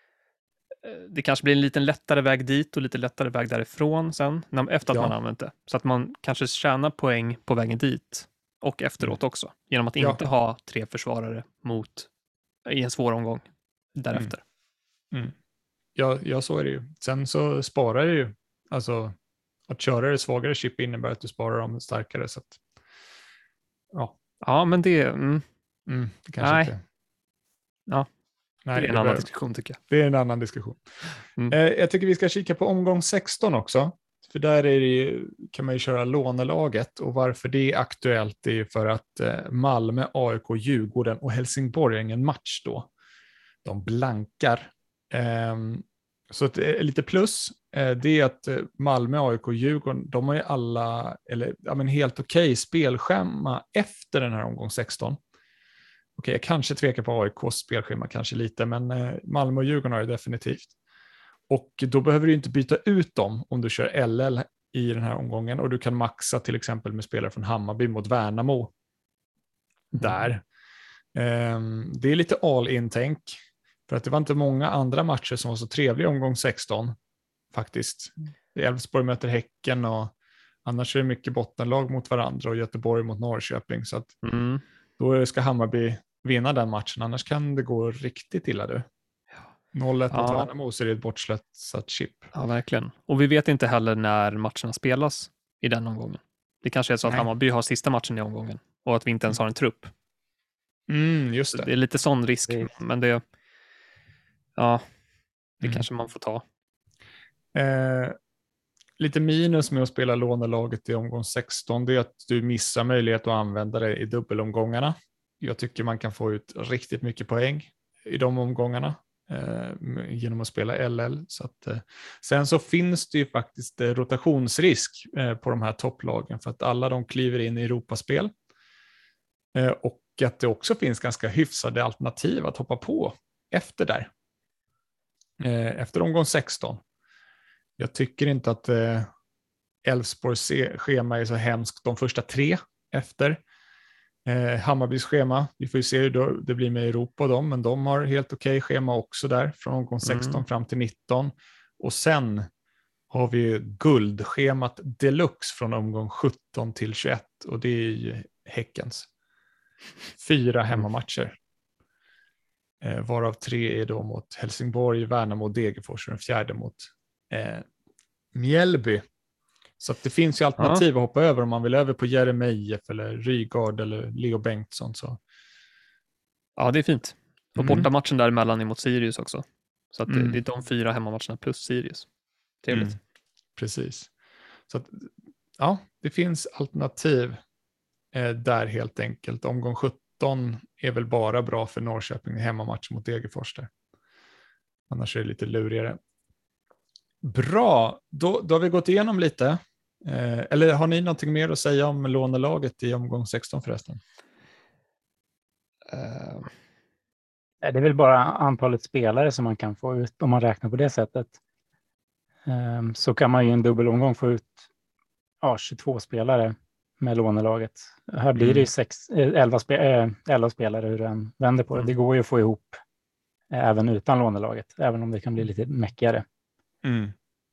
det kanske blir en lite lättare väg dit och lite lättare väg därifrån sen, efter att ja. man använt det. Så att man kanske tjänar poäng på vägen dit och efteråt mm. också. Genom att ja. inte ha tre försvarare mot i en svår omgång därefter. Mm. Mm. Ja, ja, så är det ju. Sen så sparar det ju. Alltså, att köra det svagare chip innebär att du sparar dem starkare. Så att, ja. ja, men det... Mm. Mm, det kanske Nej. inte... Ja. Nej, det är en det annan bör... diskussion tycker jag. Det är en annan diskussion. Mm. Eh, jag tycker vi ska kika på omgång sexton också. För där är det ju, kan man ju köra lånelaget. Och varför det är aktuellt är för att eh, Malmö, A I K, Djurgården och Helsingborg är ingen match då. de blankar. Um, så att, eh, lite plus, eh, det är att eh, Malmö, A I K och Djurgården, de har ju alla, eller ja, men helt okej okay, spelschema efter den här omgång sexton. Okej, okay, jag kanske tvekar på A I K:s spelschema kanske lite, men eh, Malmö och Djurgården har det definitivt. Och då behöver du inte byta ut dem om du kör L L i den här omgången, och du kan maxa till exempel med spelare från Hammarby mot Värnamo. Där. Um, det är lite all-in-tänk. För att det var inte många andra matcher som var så trevliga i omgång sexton. Faktiskt. Elfsborg möter Häcken och annars är det mycket bottenlag mot varandra och Göteborg mot Norrköping. Så att Mm. då ska Hammarby vinna den matchen. Annars kan det gå riktigt illa du. noll ett Ja. mot Värnamo så är det ett bortslösat chip. Ja, verkligen. Och vi vet inte heller när matcherna spelas i den omgången. Det kanske är så att Nej. Hammarby har sista matchen i omgången och att vi inte ens har en trupp. Mm, just det. Det är lite sån risk, Det... men det, ja, det Mm. kanske man får ta. Eh, lite minus med att spela lånelaget i omgång sexton, det är att du missar möjlighet att använda det i dubbelomgångarna. Jag tycker man kan få ut riktigt mycket poäng i de omgångarna eh, genom att spela L L. Så att, eh, sen så finns det ju faktiskt eh, rotationsrisk eh, på de här topplagen för att alla de kliver in i Europaspel. Eh, och att det också finns ganska hyfsade alternativ att hoppa på efter där. Eh, efter omgång sexton. Jag tycker inte att eh, Elfsborgs schema är så hemskt de första tre efter. Eh, Hammarbys schema, vi får ju se hur då det blir med Europa och dem, men de har helt okej schema också där från omgång sexton mm. fram till nitton. Och sen har vi ju guldschemat deluxe från omgång sjutton till tjugoett och det är ju Häckens. Fyra hemmamatcher. Eh, varav tre är då mot Helsingborg, Värnamo och Degerfors och den fjärde mot eh, Mjällby. Så att det finns ju alternativ ja. att hoppa över om man vill över på Jeremejeff eller Rygaard eller Leo Bengtsson. Så. Ja, det är fint. Och Mm. bortamatchen däremellan är mot Sirius också. Så att mm. det, det är de fyra hemmamatcherna plus Sirius. Trevligt. Mm. Precis. Så att, ja, det finns alternativ eh, där helt enkelt. Omgång sjutton är väl bara bra för Norrköping i hemmamatch mot Degerfors där. Annars är det lite lurigare. Bra, då, då har vi gått igenom lite. Eh, eller har ni någonting mer att säga om lånelaget i omgång sexton förresten? Uh. Det är väl bara antalet spelare som man kan få ut om man räknar på det sättet. Um, så kan man ju i en dubbelomgång få ut ja, tjugotvå spelare med lånelaget. Här blir det ju sex, elva, spe, äh, elva spelare hur den vänder på det. Det går ju att få ihop äh, även utan lånelaget, även om det kan bli lite mäckigare. Mm.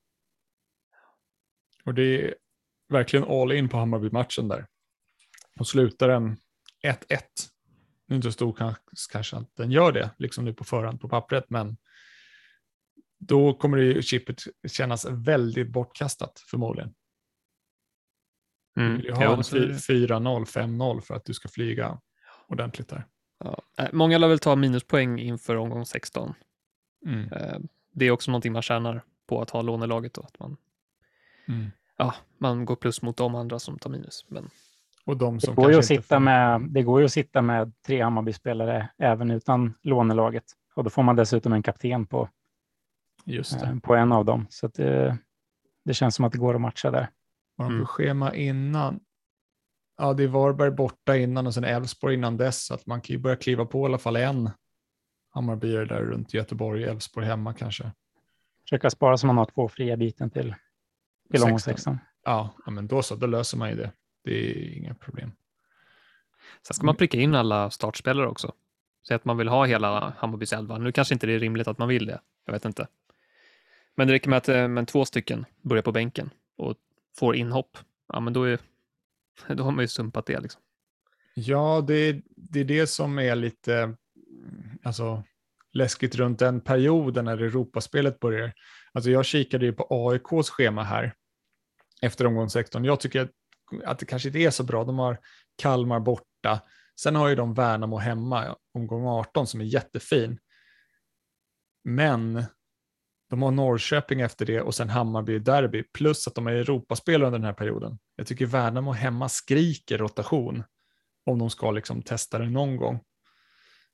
Och det är verkligen all in på Hammarby-matchen där. Och slutar den ett ett. Det är inte så stor kanske att den gör det, liksom nu på förhand på pappret, men då kommer det ju chippet kännas väldigt bortkastat förmodligen. Mm. Du vill ju ha jo, en fyra noll, fem noll för att du ska flyga ordentligt där. Ja. Många lär väl ta minuspoäng inför omgång sexton. Mm. Det är också någonting man tjänar på att ha lånelaget då, att man, mm. ja, man går plus mot de andra som tar minus. Men... Och de som det, går ju att inte sitta får... med, det går ju att sitta med tre Hammarby-spelare även utan lånelaget. Och då får man dessutom en kapten på, Just det. Eh, på en av dem. Så att det, det känns som att det går att matcha där. Har de mm. schema innan? Ja, det är Varberg borta innan och sen Elfsborg innan dess. Så att man kan ju börja kliva på i alla fall en Hammarbyare där runt Göteborg, Elfsborg hemma kanske. Försöka spara så man har två fria biten till, till omgång sexton. Ja, ja, men då så, då löser man ju det. Det är inga problem. Sen ska man pricka in alla startspelare också. Så att man vill ha hela Hammarbys elva. Nu kanske inte det är rimligt att man vill det. Jag vet inte. Men det räcker med att men två stycken börjar på bänken och får inhopp. Ja, men då, är, då har man ju sumpat det liksom. Ja, det, det är det som är lite alltså, läskigt runt den perioden när Europaspelet börjar. Alltså jag kikade ju på A I K:s schema här efter omgång sexton. Jag tycker att, att det kanske inte är så bra. De har Kalmar borta. Sen har ju de Värnamo hemma omgång arton som är jättefin. Men de har Norrköping efter det och sen Hammarby derby. Plus att de är Europaspel under den här perioden. Jag tycker Värnamo hemma skriker rotation om de ska liksom testa det någon gång.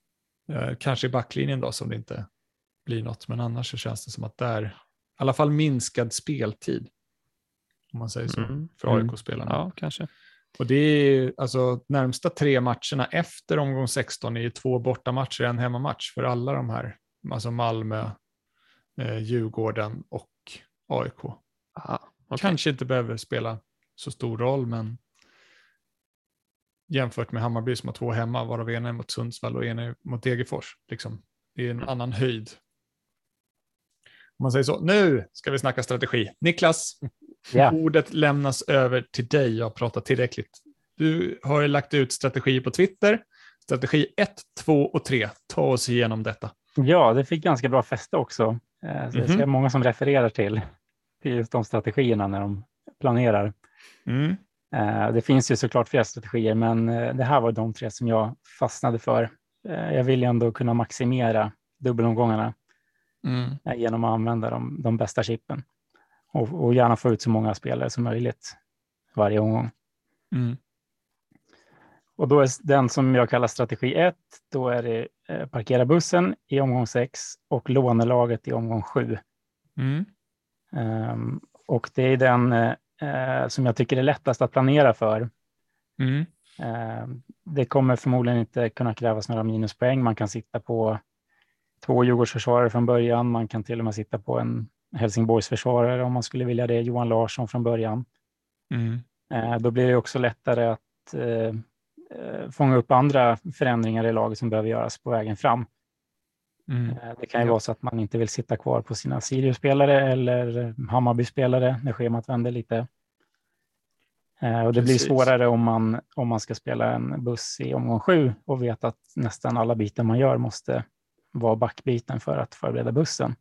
Eh, kanske i backlinjen då som det inte blir något, men annars så känns det som att det är i alla fall minskad speltid. Om man säger så, Mm. för A I K-spelarna. Ja, kanske. Och det är alltså närmsta tre matcherna efter omgång sexton är ju två bortamatcher, en hemmamatch för alla de här. Alltså Malmö, eh, Djurgården och A I K. Aha, okay. Kanske inte behöver spela så stor roll, men jämfört med Hammarby som har två hemma, varav ena är mot Sundsvall och ena är mot Degerfors. Liksom. Det är en annan höjd. Om man säger så. Nu ska vi snacka strategi. Niklas, Ja. ordet lämnas över till dig. Jag har pratat tillräckligt. Du har ju lagt ut strategi på Twitter. Strategi ett, två och tre. Ta oss igenom detta. Ja, det fick ganska bra fäste också. Så Mhm. jag ser många som refererar till, till just de strategierna när de planerar. Mm. Det finns ju såklart flera strategier, men det här var de tre som jag fastnade för. Jag vill ju ändå kunna maximera dubbelomgångarna Mm. genom att använda de, de bästa chippen. Och, och gärna få ut så många spelare som möjligt varje omgång. Mm. Och då är den som jag kallar strategi ett, då är det eh, parkera bussen i omgång sex och lånelaget i omgång sju. Mm. Um, och det är den eh, som jag tycker är lättast att planera för. Mm. Uh, det kommer förmodligen inte kunna krävas några minuspoäng. Man kan sitta på två Djurgårdsförsvarare från början. Man kan till och med sitta på en Helsingborgsförsvarare om man skulle vilja det. Johan Larsson från början. Mm. Uh, då blir det också lättare att uh, fånga upp andra förändringar i laget som behöver göras på vägen fram. Mm. Det kan ju Ja. vara så att man inte vill sitta kvar på sina Sirius-spelare eller Hammarby-spelare när schemat vänder lite. Och det Precis. blir svårare om man, om man ska spela en buss i omgång sju och vet att nästan alla byten man gör måste vara backbyten för att förbereda bussen.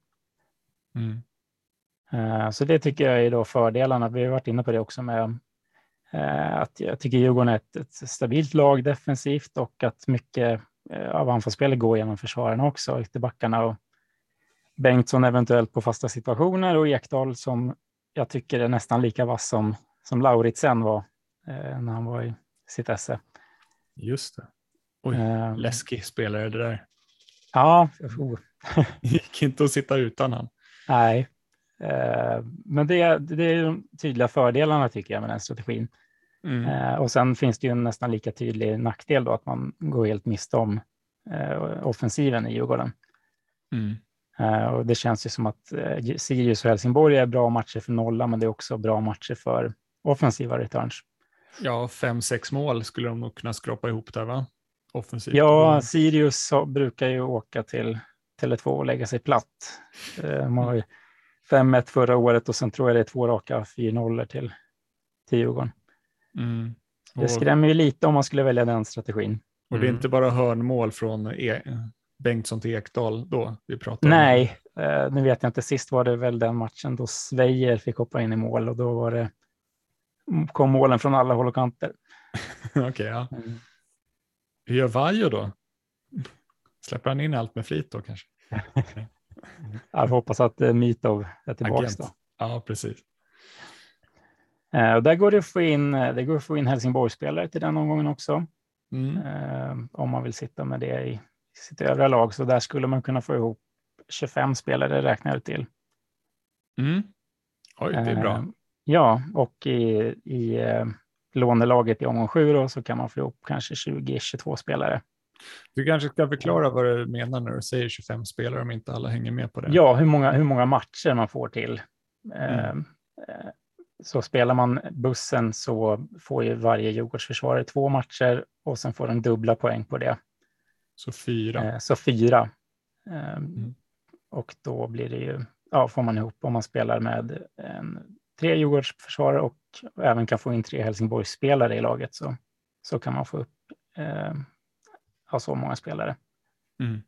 Mm. Så det tycker jag är då fördelarna. Vi har varit inne på det också med att jag tycker Djurgården är ett, ett stabilt lag defensivt och att mycket av anfallsspelet går genom försvararna också, ytterbackarna och Bengtsson eventuellt på fasta situationer och Ekdal som jag tycker är nästan lika vass som, som Lauritsen var eh, när han var i sitt esse. Just det. Oj, um, läskig spelare det där. Ja. Oh. Gick inte att sitta utan han. Nej, uh, men det, det är de tydliga fördelarna tycker jag med den strategin. Mm. Uh, och sen finns det ju en nästan lika tydlig nackdel då att man går helt miste om uh, offensiven i Djurgården. Mm. Uh, och det känns ju som att uh, Sirius och Helsingborg är bra matcher för nolla, men det är också bra matcher för offensiva returns. Ja, fem, sex mål skulle de nog kunna skrapa ihop där, va? Offensivt. Ja, Sirius så, brukar ju åka till Tele två och lägga sig platt. Uh, de har ju fem ett förra året och sen tror jag det är två raka fyra noll till, till Djurgården. Mm. Och, det skrämmer ju lite om man skulle välja den strategin. Och det är inte bara hörnmål från e- Bengtsson till Ekdal då vi pratar om? Nej, eh, nu vet jag inte. Sist var det väl den matchen då Svejer fick hoppa in i mål och då var det kom målen från alla håll och kanter. Okej, okay, ja. Mm. Hur gör Vajo då? Släpper han in allt med flit då kanske? Jag hoppas att uh, Mitov är tillbaka då. Ja, precis. Uh, och där går det att få in, uh, det går att få in Helsingborgsspelare till den omgången också. Mm. Uh, om man vill sitta med det i sitt övriga lag. Så där skulle man kunna få ihop tjugofem spelare räknar det till. Mm. Oj, det är bra. Uh, ja, och i, i uh, lånelaget i omgång sju då, så kan man få ihop kanske tjugo tjugotvå spelare. Du kanske ska förklara vad du menar när du säger tjugofem spelare om inte alla hänger med på det. Ja, hur många, hur många matcher man får till. Mm. Uh, så spelar man bussen så får ju varje Djurgårdsförsvarare två matcher och sen får de dubbla poäng på det. Så fyra. Uh, så fyra. Uh, mm. Och då blir det ju, ja, får man ihop om man spelar med en, tre Djurgårdsförsvarare och även kan få in tre Helsingborgsspelare i laget så, så kan man få upp eh, ha så många spelare. Mm.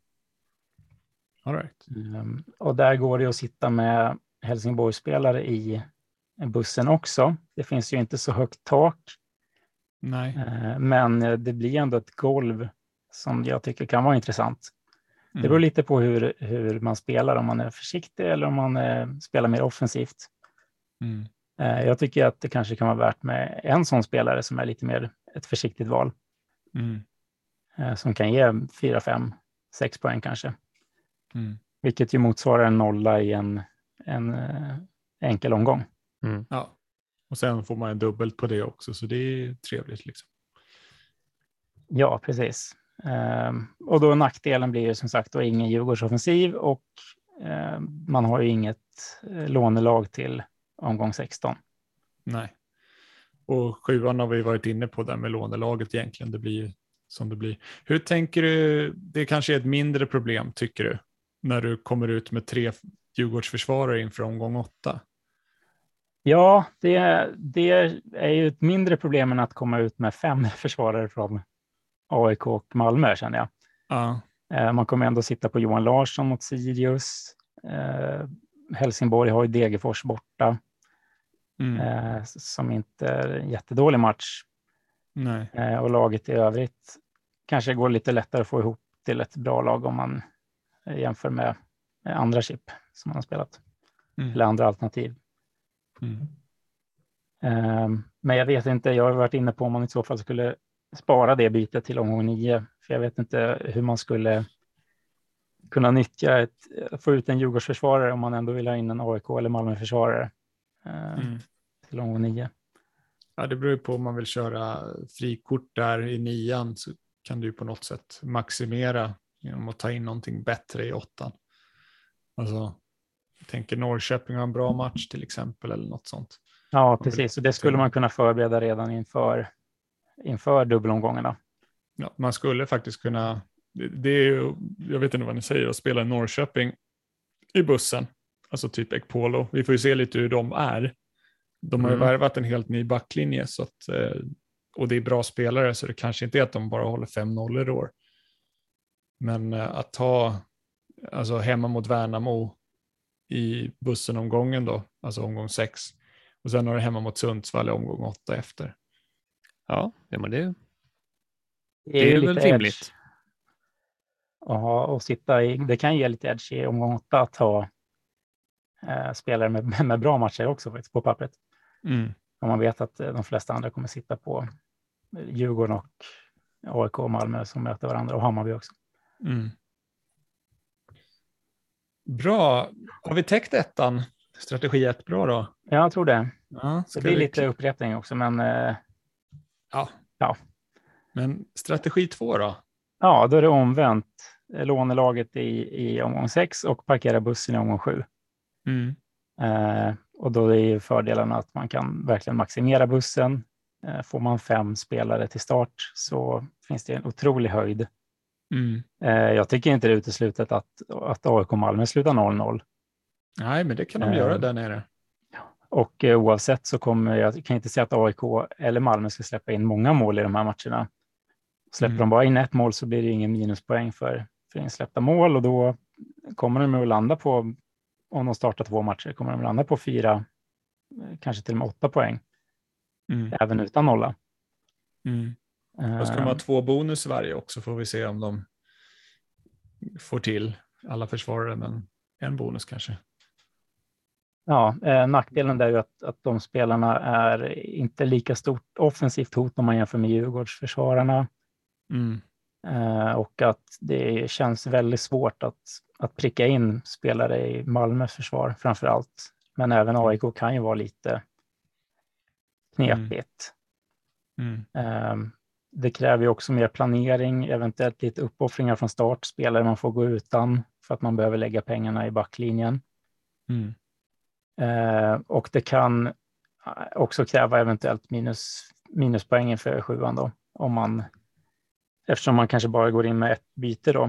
All right. Um, och där går det att sitta med Helsingborgsspelare i bussen också. Det finns ju inte så högt tak. Nej. Uh, men det blir ändå ett golv som jag tycker kan vara intressant. Mm. Det beror lite på hur, hur man spelar, om man är försiktig eller om man eh, spelar mer offensivt. Mm. Uh, jag tycker att det kanske kan vara värt med en sån spelare som är lite mer ett försiktigt val. Mm. Uh, som kan ge fyra, fem sex poäng kanske. Mm. Vilket ju motsvarar en nolla i en, en eh, enkel omgång. Mm. Ja. Och sen får man en dubbelt på det också, så det är trevligt liksom. Ja, precis. Um, och då nackdelen blir ju som sagt då ingen Djurgårdsoffensiv och uh, man har ju inget uh, lånelag till omgång sexton. Nej. Och sjuan har vi varit inne på där med lånelaget egentligen. Det blir ju som det blir. Hur tänker du, det kanske är ett mindre problem tycker du, när du kommer ut med tre Djurgårdsförsvarare inför omgång åtta? Ja, det, det är ju ett mindre problem än att komma ut med fem försvarare från A I K och Malmö känner jag. Ja. Uh, man kommer ändå sitta på Johan Larsson mot Sirius. Uh, Helsingborg har ju Degerfors borta. Mm. Uh, som inte är en jättedålig match. Nej. Uh, och laget i övrigt kanske går lite lättare att få ihop till ett bra lag om man jämför med andra chip som man har spelat. Mm. Eller andra alternativ. Mm. Uh, men jag vet inte, jag har varit inne på om man i så fall skulle spara det bytet till omgång nio. För jag vet inte hur man skulle kunna nyttja ett, få ut en Djurgårdsförsvarare om man ändå vill ha in en A I K eller Malmö-försvarare uh, mm. till omgång nio. Ja, det beror ju på om man vill köra frikort där i nian, så kan du ju på något sätt maximera genom att ta in någonting bättre i åttan. Alltså, jag tänker Norrköping har en bra match till exempel eller något sånt. Ja, precis. Och det skulle man kunna förbereda redan inför, inför dubbelomgångarna. Ja, man skulle faktiskt kunna, det, det är ju, jag vet inte vad ni säger, att spela i Norrköping i bussen. Alltså typ Ekpolo. Vi får ju se lite hur de är. De har ju mm. värvat en helt ny backlinje, så att, och det är bra spelare, så det kanske inte är att de bara håller fem noll i år. Men att ta alltså hemma mot Värnamo i bussen omgången då, alltså omgång sex, och sen har det hemma mot Sundsvall i omgång åtta efter. Ja, det var det. Det är, det är lite väl rimligt. Ja, och sitta i, det kan ge lite edge i omgång åtta att ha eh, spelare med, med bra matcher också faktiskt på pappret. Mm. Om man vet att de flesta andra kommer sitta på Djurgården och A I K och Malmö som möter varandra, och Hammarby också. Mm. Bra. Har vi täckt ettan? Strategi ett bra då? Ja, jag tror det. Ja, det blir vi... lite upprepning också, men eh, ja. ja. Men strategi två då? Ja, då är det omvänt. Lånelaget i, i omgång sex och parkera bussen i omgång sju. Mm. Eh, och då är ju fördelen att man kan verkligen maximera bussen. Eh, får man fem spelare till start så finns det en otrolig höjd. Mm. Eh, jag tycker inte det är uteslutet att, att A I K Malmö slutar noll noll. Nej, men det kan de eh, göra där nere. Och eh, oavsett så kommer jag kan inte säga att A I K eller Malmö ska släppa in många mål i de här matcherna. Släpper mm. de bara in ett mål så blir det ingen minuspoäng för, för insläppta mål, och då kommer de att landa på, om de startar två matcher, kommer de att landa på fyra, kanske till och med åtta poäng. Mm. Även utan nolla. Mm. Uh, Då ska de ha två bonus varje också, får vi se om de får till alla försvarare, men en bonus kanske. Ja, eh, nackdelen där är att, att de spelarna är inte lika stort offensivt hot om man jämför med Djurgårdsförsvararna. Mm. Eh, och att det känns väldigt svårt att, att pricka in spelare i Malmös försvar framför allt. Men även A I K kan ju vara lite knepigt. Mm. Eh, det kräver ju också mer planering, eventuellt lite uppoffringar från start, spelare man får gå utan för att man behöver lägga pengarna i backlinjen. Mm. Eh, och det kan också kräva eventuellt minus, minuspoängen för sjuan då, om man, eftersom man kanske bara går in med ett byte då.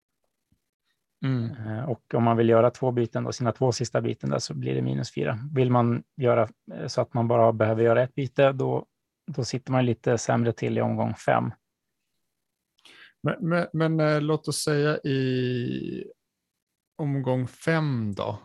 Mm. Eh, och om man vill göra två byten då, sina två sista byten där, så blir det minus fyra. Vill man göra så att man bara behöver göra ett byte, då, då sitter man lite sämre till i omgång fem. Men, men, men äh, låt oss säga i omgång fem då.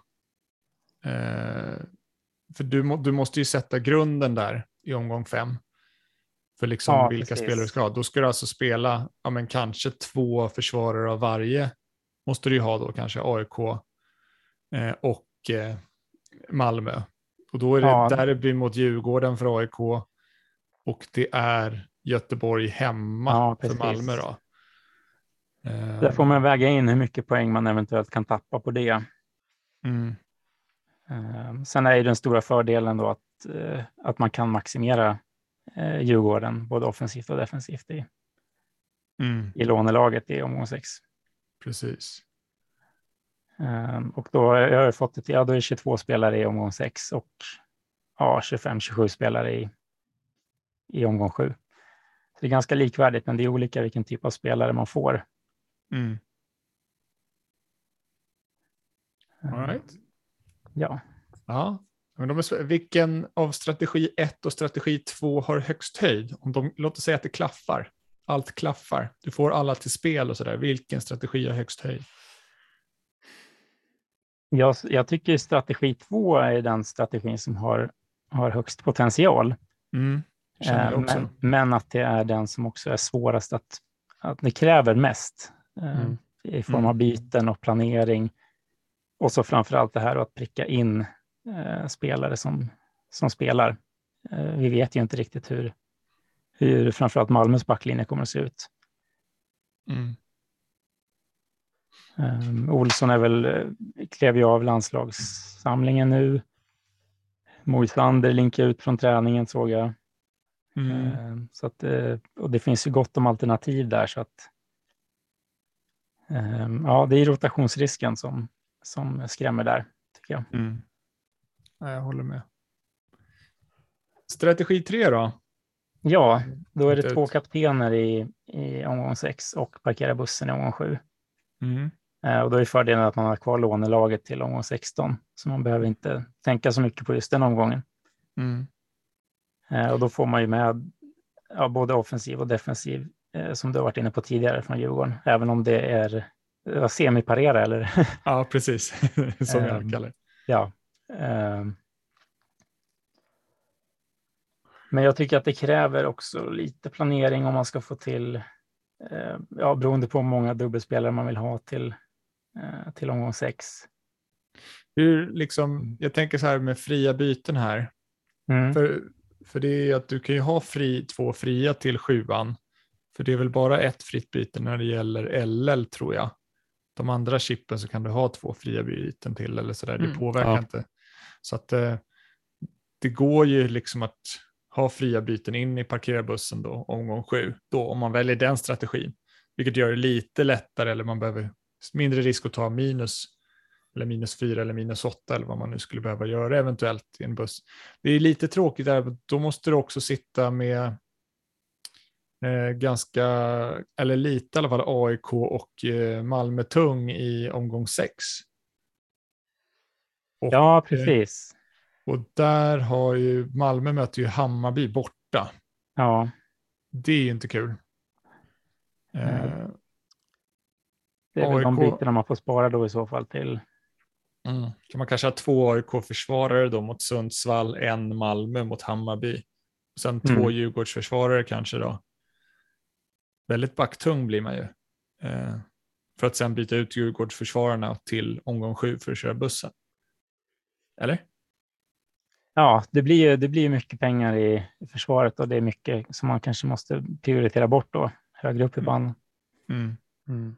Eh, för du, må, du måste ju sätta grunden där i omgång fem. För liksom ja, vilka precis. spelare du ska ha. Då ska du alltså spela ja, men kanske två försvarare av varje. Måste du ju ha då kanske A I K eh, och eh, Malmö. Och då är det ja. där det blir mot Djurgården för A I K. Och det är Göteborg hemma ja, för Malmö då. Där får man väga in hur mycket poäng man eventuellt kan tappa på det. Mm. Sen är ju den stora fördelen då att, att man kan maximera Djurgården både offensivt och defensivt i, Mm. i lånelaget i omgång sex. Precis. Och då jag har jag fått det, ja, då är det tjugotvå spelare i omgång sex och ja, tjugofem tjugosju spelare i, i omgång sju. Så det är ganska likvärdigt, men det är olika vilken typ av spelare man får. Mm. All right. Ja. Ja. Men de är, vilken av strategi ett och strategi två har högst höjd? Om de, låt oss säga att det klaffar. Allt klaffar. Du får alla till spel och sådär. Vilken strategi har högst höjd? Jag, jag tycker strategi två är den strategin som har, har högst potential. Mm. Känner jag också. Men, men att det är den som också är svårast att, att det kräver mest. Mm. I form av byten och planering. Och så framförallt det här att pricka in eh, spelare som, som spelar. Eh, vi vet ju inte riktigt hur, hur framförallt Malmös backlinje kommer att se ut. Mm. Um, Olsson är väl, klev ju av landslagssamlingen nu. Moisander linkar ut från träningen såg jag. Mm. Um, så att, uh, och det finns ju gott om alternativ där. Så att, um, ja, det är rotationsrisken som, som skrämmer där, tycker jag. Mm. Ja, jag håller med. Strategi tre då? Ja, då är det Inte två ut. kaptener i, i omgång sex och parkera bussen i omgång sju. Mm. Uh, och då är fördelen att man har kvar lånelaget till omgång sexton. Så man behöver inte tänka så mycket på just den omgången. Mm. Uh, och då får man ju med ja, både offensiv och defensiv uh, som du har varit inne på tidigare från Djurgården. Även om det är uh, semiparera eller... Ja, precis. Som jag kallar det. Ja. Uh, men jag tycker att det kräver också lite planering om man ska få till, uh, ja, beroende på hur många dubbelspelare man vill ha till, uh, till omgång sex. Hur liksom, jag tänker så här med fria byten här. Mm. För, för det är att du kan ju ha fri, två fria till sjuan. För det är väl bara ett fritt byte när det gäller L L tror jag. De andra chippen så kan du ha två fria byten till eller sådär. Det Mm, påverkar ja. inte. Så att eh, det går ju liksom att ha fria byten in i parkerarbussen då, omgång sju. Då om man väljer den strategin. Vilket gör det lite lättare eller man behöver mindre risk att ta minus eller minus fyra eller minus åtta eller vad man nu skulle behöva göra eventuellt i en buss. Det är lite tråkigt där, då måste du också sitta med eh, ganska, eller lite i alla fall A I K och eh, Malmö tung i omgång sex. Och, Ja, precis. eh, och där har ju Malmö möter ju Hammarby borta. Ja. Det är ju inte kul. Eh, Det är väl A I K, de bitarna man får spara då i så fall till. Mm. Kan man kanske ha två A I K-försvarare då mot Sundsvall, en Malmö mot Hammarby. Sen Mm. två Djurgårdsförsvarare kanske då. Väldigt backtung blir man ju. Eh, för att sen byta ut Djurgårdsförsvararna till omgång sju för att köra bussen. Eller? Ja, det blir ju det blir mycket pengar i, i försvaret och det är mycket som man kanske måste prioritera bort då, högre upp i banan. Mm. Mm.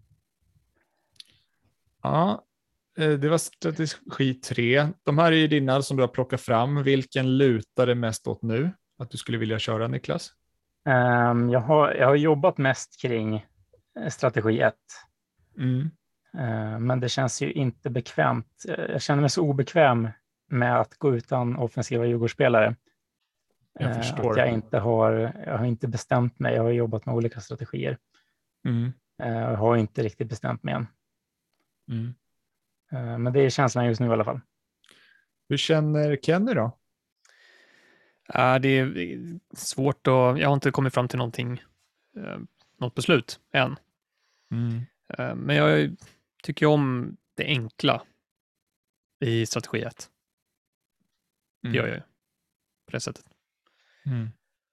Ja, eh, det var strategi tre. De här är ju dina som du har plockat fram. Vilken lutar det mest åt nu? Att du skulle vilja köra, Niklas? Um, jag, har, jag har jobbat mest kring eh, strategi ett. Mm. Uh, men det känns ju inte bekvämt. Uh, jag känner mig så obekväm med att gå utan offensiva Djurgårdsspelare. Jag Uh, förstår. Att jag inte har, jag har inte bestämt mig. Jag har jobbat med olika strategier. Mm. Uh, jag har inte riktigt bestämt mig än. Mm. Uh, men det är känslan just nu i alla fall. Hur känner Kenny då? Ja, det är svårt och jag har inte kommit fram till någonting, eh, något beslut än. Mm. Eh, men jag tycker om det enkla i strategi ett. Det Mm. gör jag ju på det sättet. Mm.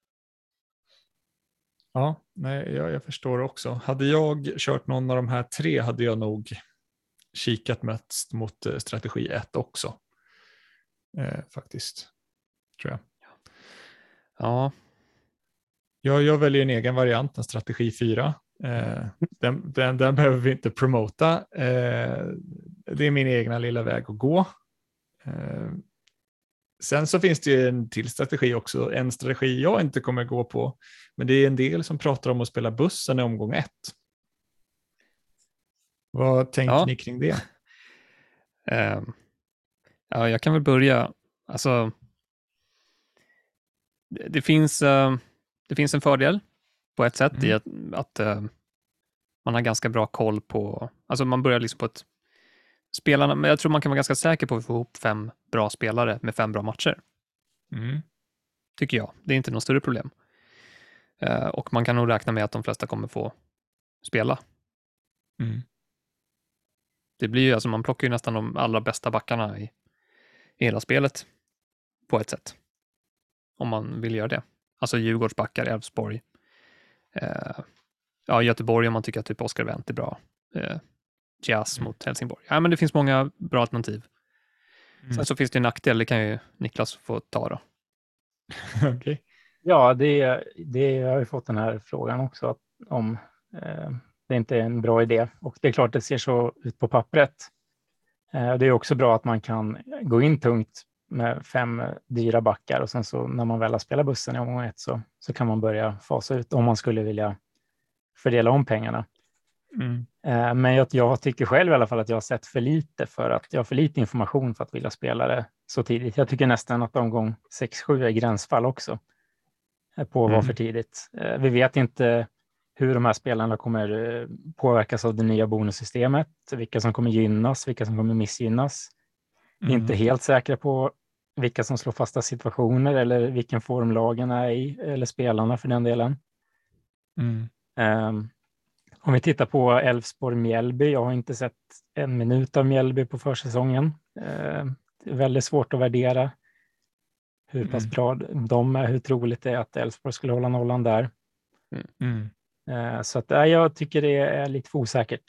Ja, nej, jag, jag förstår också. Hade jag kört någon av de här tre hade jag nog kikat mest mot eh, strategi ett också. Eh, faktiskt, tror jag. Ja, jag. Jag väljer en egen variant, en strategi fyra. Eh, den, den, den behöver vi inte promota. Eh, det är min egna lilla väg att gå. Eh, sen så finns det ju en till strategi också. En strategi jag inte kommer gå på. Men det är en del som pratar om att spela bussen i omgång ett. Vad tänker Ja. ni kring det? Uh, ja, jag kan väl börja. Alltså, det, det, finns, uh, det finns en fördel på ett sätt mm. i att, att uh, man har ganska bra koll på, alltså man börjar liksom på ett spelarna, men jag tror man kan vara ganska säker på att få ihop fem bra spelare med fem bra matcher. Mm. Tycker jag. Det är inte något större problem. Uh, och man kan nog räkna med att de flesta kommer få spela. Mm. Det blir ju, alltså man plockar ju nästan de allra bästa backarna i, i hela spelet på ett sätt. Om man vill göra det. Alltså Djurgårdsbackar, Elfsborg. Uh, ja, Göteborg om man tycker att typ Oscar Wendt är bra. Uh, Jazz mm. mot Helsingborg. Ja, men det finns många bra alternativ. Mm. Sen så finns det en nackdel, det kan ju Niklas få ta då. Okej. Okay. Ja, det, det jag har ju fått den här frågan också att, om eh, det inte är en bra idé. Och det är klart det ser så ut på pappret. Eh, det är också bra att man kan gå in tungt med fem dyra backar och sen så när man väl har spelat bussen i omgång ett så, så kan man börja fasa ut om man skulle vilja fördela om pengarna. Mm. Eh, men jag, jag tycker själv i alla fall att jag har sett för lite för att jag har för lite information för att vilja spela det så tidigt. Jag tycker nästan att omgång sex sju är gränsfall också på att vara mm. för tidigt. Eh, vi vet inte hur de här spelarna kommer eh, påverkas av det nya bonussystemet, vilka som kommer gynnas, vilka som kommer missgynnas. Mm. Inte helt säkra på vilka som slår fasta situationer eller vilken form lagen är i, eller spelarna för den delen. Mm. Um, om vi tittar på Elfsborg-Mjällby, jag har inte sett en minut av Mjällby på försäsongen. Uh, det är väldigt svårt att värdera hur pass mm. bra de är, hur troligt det är att Elfsborg skulle hålla nollan där. Mm. Uh, så att, uh, jag tycker det är lite för osäkert.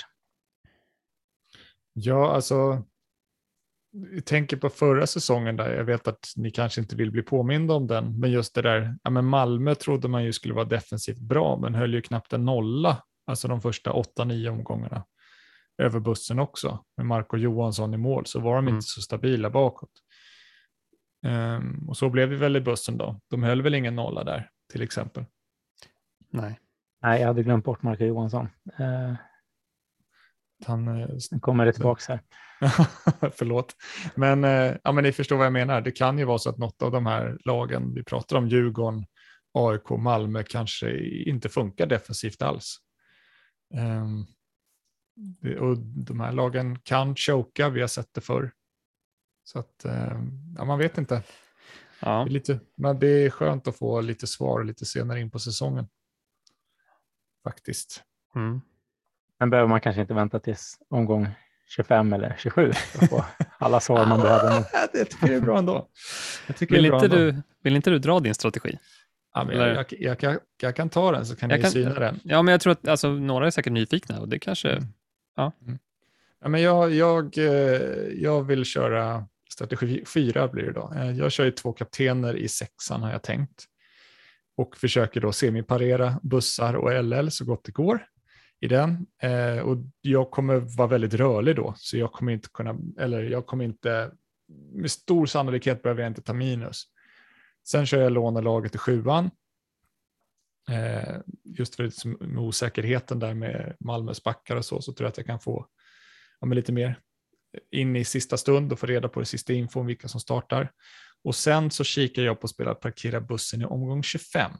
Ja, alltså jag tänker på förra säsongen där, jag vet att ni kanske inte vill bli påminda om den, men just det där, ja men Malmö trodde man ju skulle vara defensivt bra, men höll ju knappt en nolla, alltså de första åtta nio omgångarna över bussen också, med Marco Johansson i mål, så var de mm. inte så stabila bakåt. Um, och så blev det väl i bussen då, de höll väl ingen nolla där, till exempel. Nej. Nej, jag hade glömt bort Marco Johansson. Uh... Han Nu kommer det tillbaka här. Förlåt. Men, eh, ja, men ni förstår vad jag menar. Det kan ju vara så att något av de här lagen, vi pratar om Djurgården, A I K, Malmö, kanske inte funkar defensivt alls. Um, det, och de här lagen kan choka, vi har sett det förr. Så att, um, ja, man vet inte. Ja. Det är lite, men det är skönt att få lite svar lite senare in på säsongen. Faktiskt. Mm. Men behöver man kanske inte vänta tills omgång tjugofem eller tjugosju för att få alla svar man behöver. Det tycker jag är bra ändå. Jag tycker vill, det är bra inte ändå. Du, vill inte du dra din strategi? Ja, men jag, jag, jag, kan, jag kan ta den så kan jag ni kan, syna den. Ja, men jag tror att alltså, några är säkert nyfikna och det kanske... Mm. Ja. Mm. Ja, men jag, jag, jag vill köra strategi fyra blir det då. Jag kör ju två kaptener i sexan har jag tänkt. Och försöker då semiparera bussar och L L så gott det går i den. Eh, och jag kommer vara väldigt rörlig då. Så jag kommer inte kunna, eller jag kommer inte, med stor sannolikhet behöver jag inte ta minus. Sen kör jag lånelaget i sjuan. Eh, just för med osäkerheten där med Malmös backar och så, så tror jag att jag kan få ja, men lite mer in i sista stund och få reda på det sista infon, vilka som startar. Och sen så kikar jag på att spela parkera bussen i omgång tjugofem.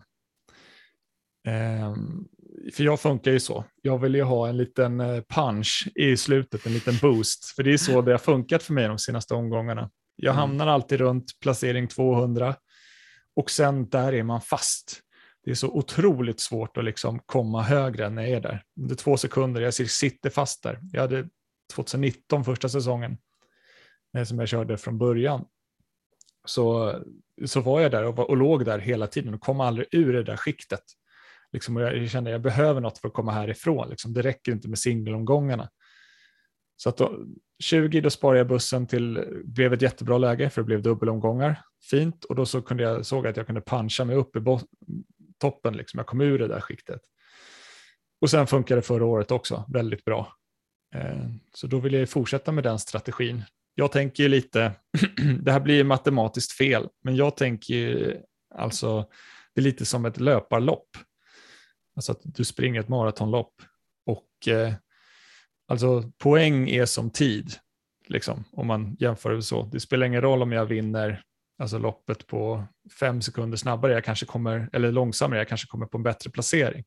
Um, för jag funkar ju så. Jag vill ju ha en liten punch i slutet, en liten boost. För det är så det har funkat för mig de senaste omgångarna. Jag mm. hamnar alltid runt placering tvåhundra och sen där är man fast. Det är så otroligt svårt att liksom komma högre än när jag är där. Under två sekunder, jag sitter fast där. Jag hade tjugonitton första säsongen som jag körde från början. Så, så var jag där och, var, och låg där hela tiden och kom aldrig ur det där skiktet. Liksom, och jag kände att jag behöver något för att komma härifrån. Liksom, det räcker inte med singelomgångarna. Så att då, tjugo då sparade jag bussen till, blev ett jättebra läge för det blev dubbelomgångar. Fint. Och då så kunde jag, såg att jag kunde puncha mig upp i bo- toppen. Liksom. Jag kom ur det där skiktet. Och sen funkar det förra året också väldigt bra. Eh, så då vill jag fortsätta med den strategin. Jag tänker ju lite, det här blir matematiskt fel, men jag tänker ju, alltså, det är lite som ett löparlopp. Alltså att du springer ett maratonlopp och eh, alltså poäng är som tid, liksom, om man jämför det så. Det spelar ingen roll om jag vinner alltså loppet på fem sekunder snabbare, jag kanske kommer, eller långsammare, jag kanske kommer på en bättre placering.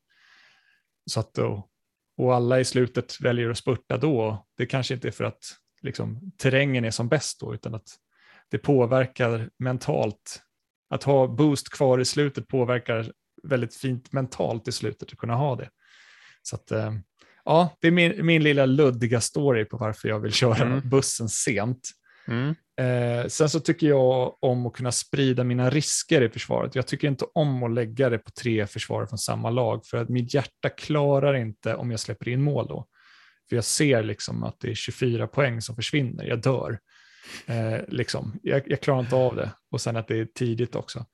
Så att då, och alla i slutet väljer att spurta då. Det kanske inte är för att liksom, terrängen är som bäst då, utan att det påverkar mentalt. Att ha boost kvar i slutet påverkar väldigt fint mentalt i slutet att kunna ha det. Så att, ja, det är min, min lilla luddiga story på varför jag vill köra mm. bussen sent. Mm. Eh, sen så tycker jag om att kunna sprida mina risker i försvaret. Jag tycker inte om att lägga det på tre försvarare från samma lag, för att mitt hjärta klarar inte om jag släpper in mål då. För jag ser liksom att det är tjugofyra poäng som försvinner, jag dör. Eh, liksom. jag, jag klarar inte av det. Och sen att det är tidigt också.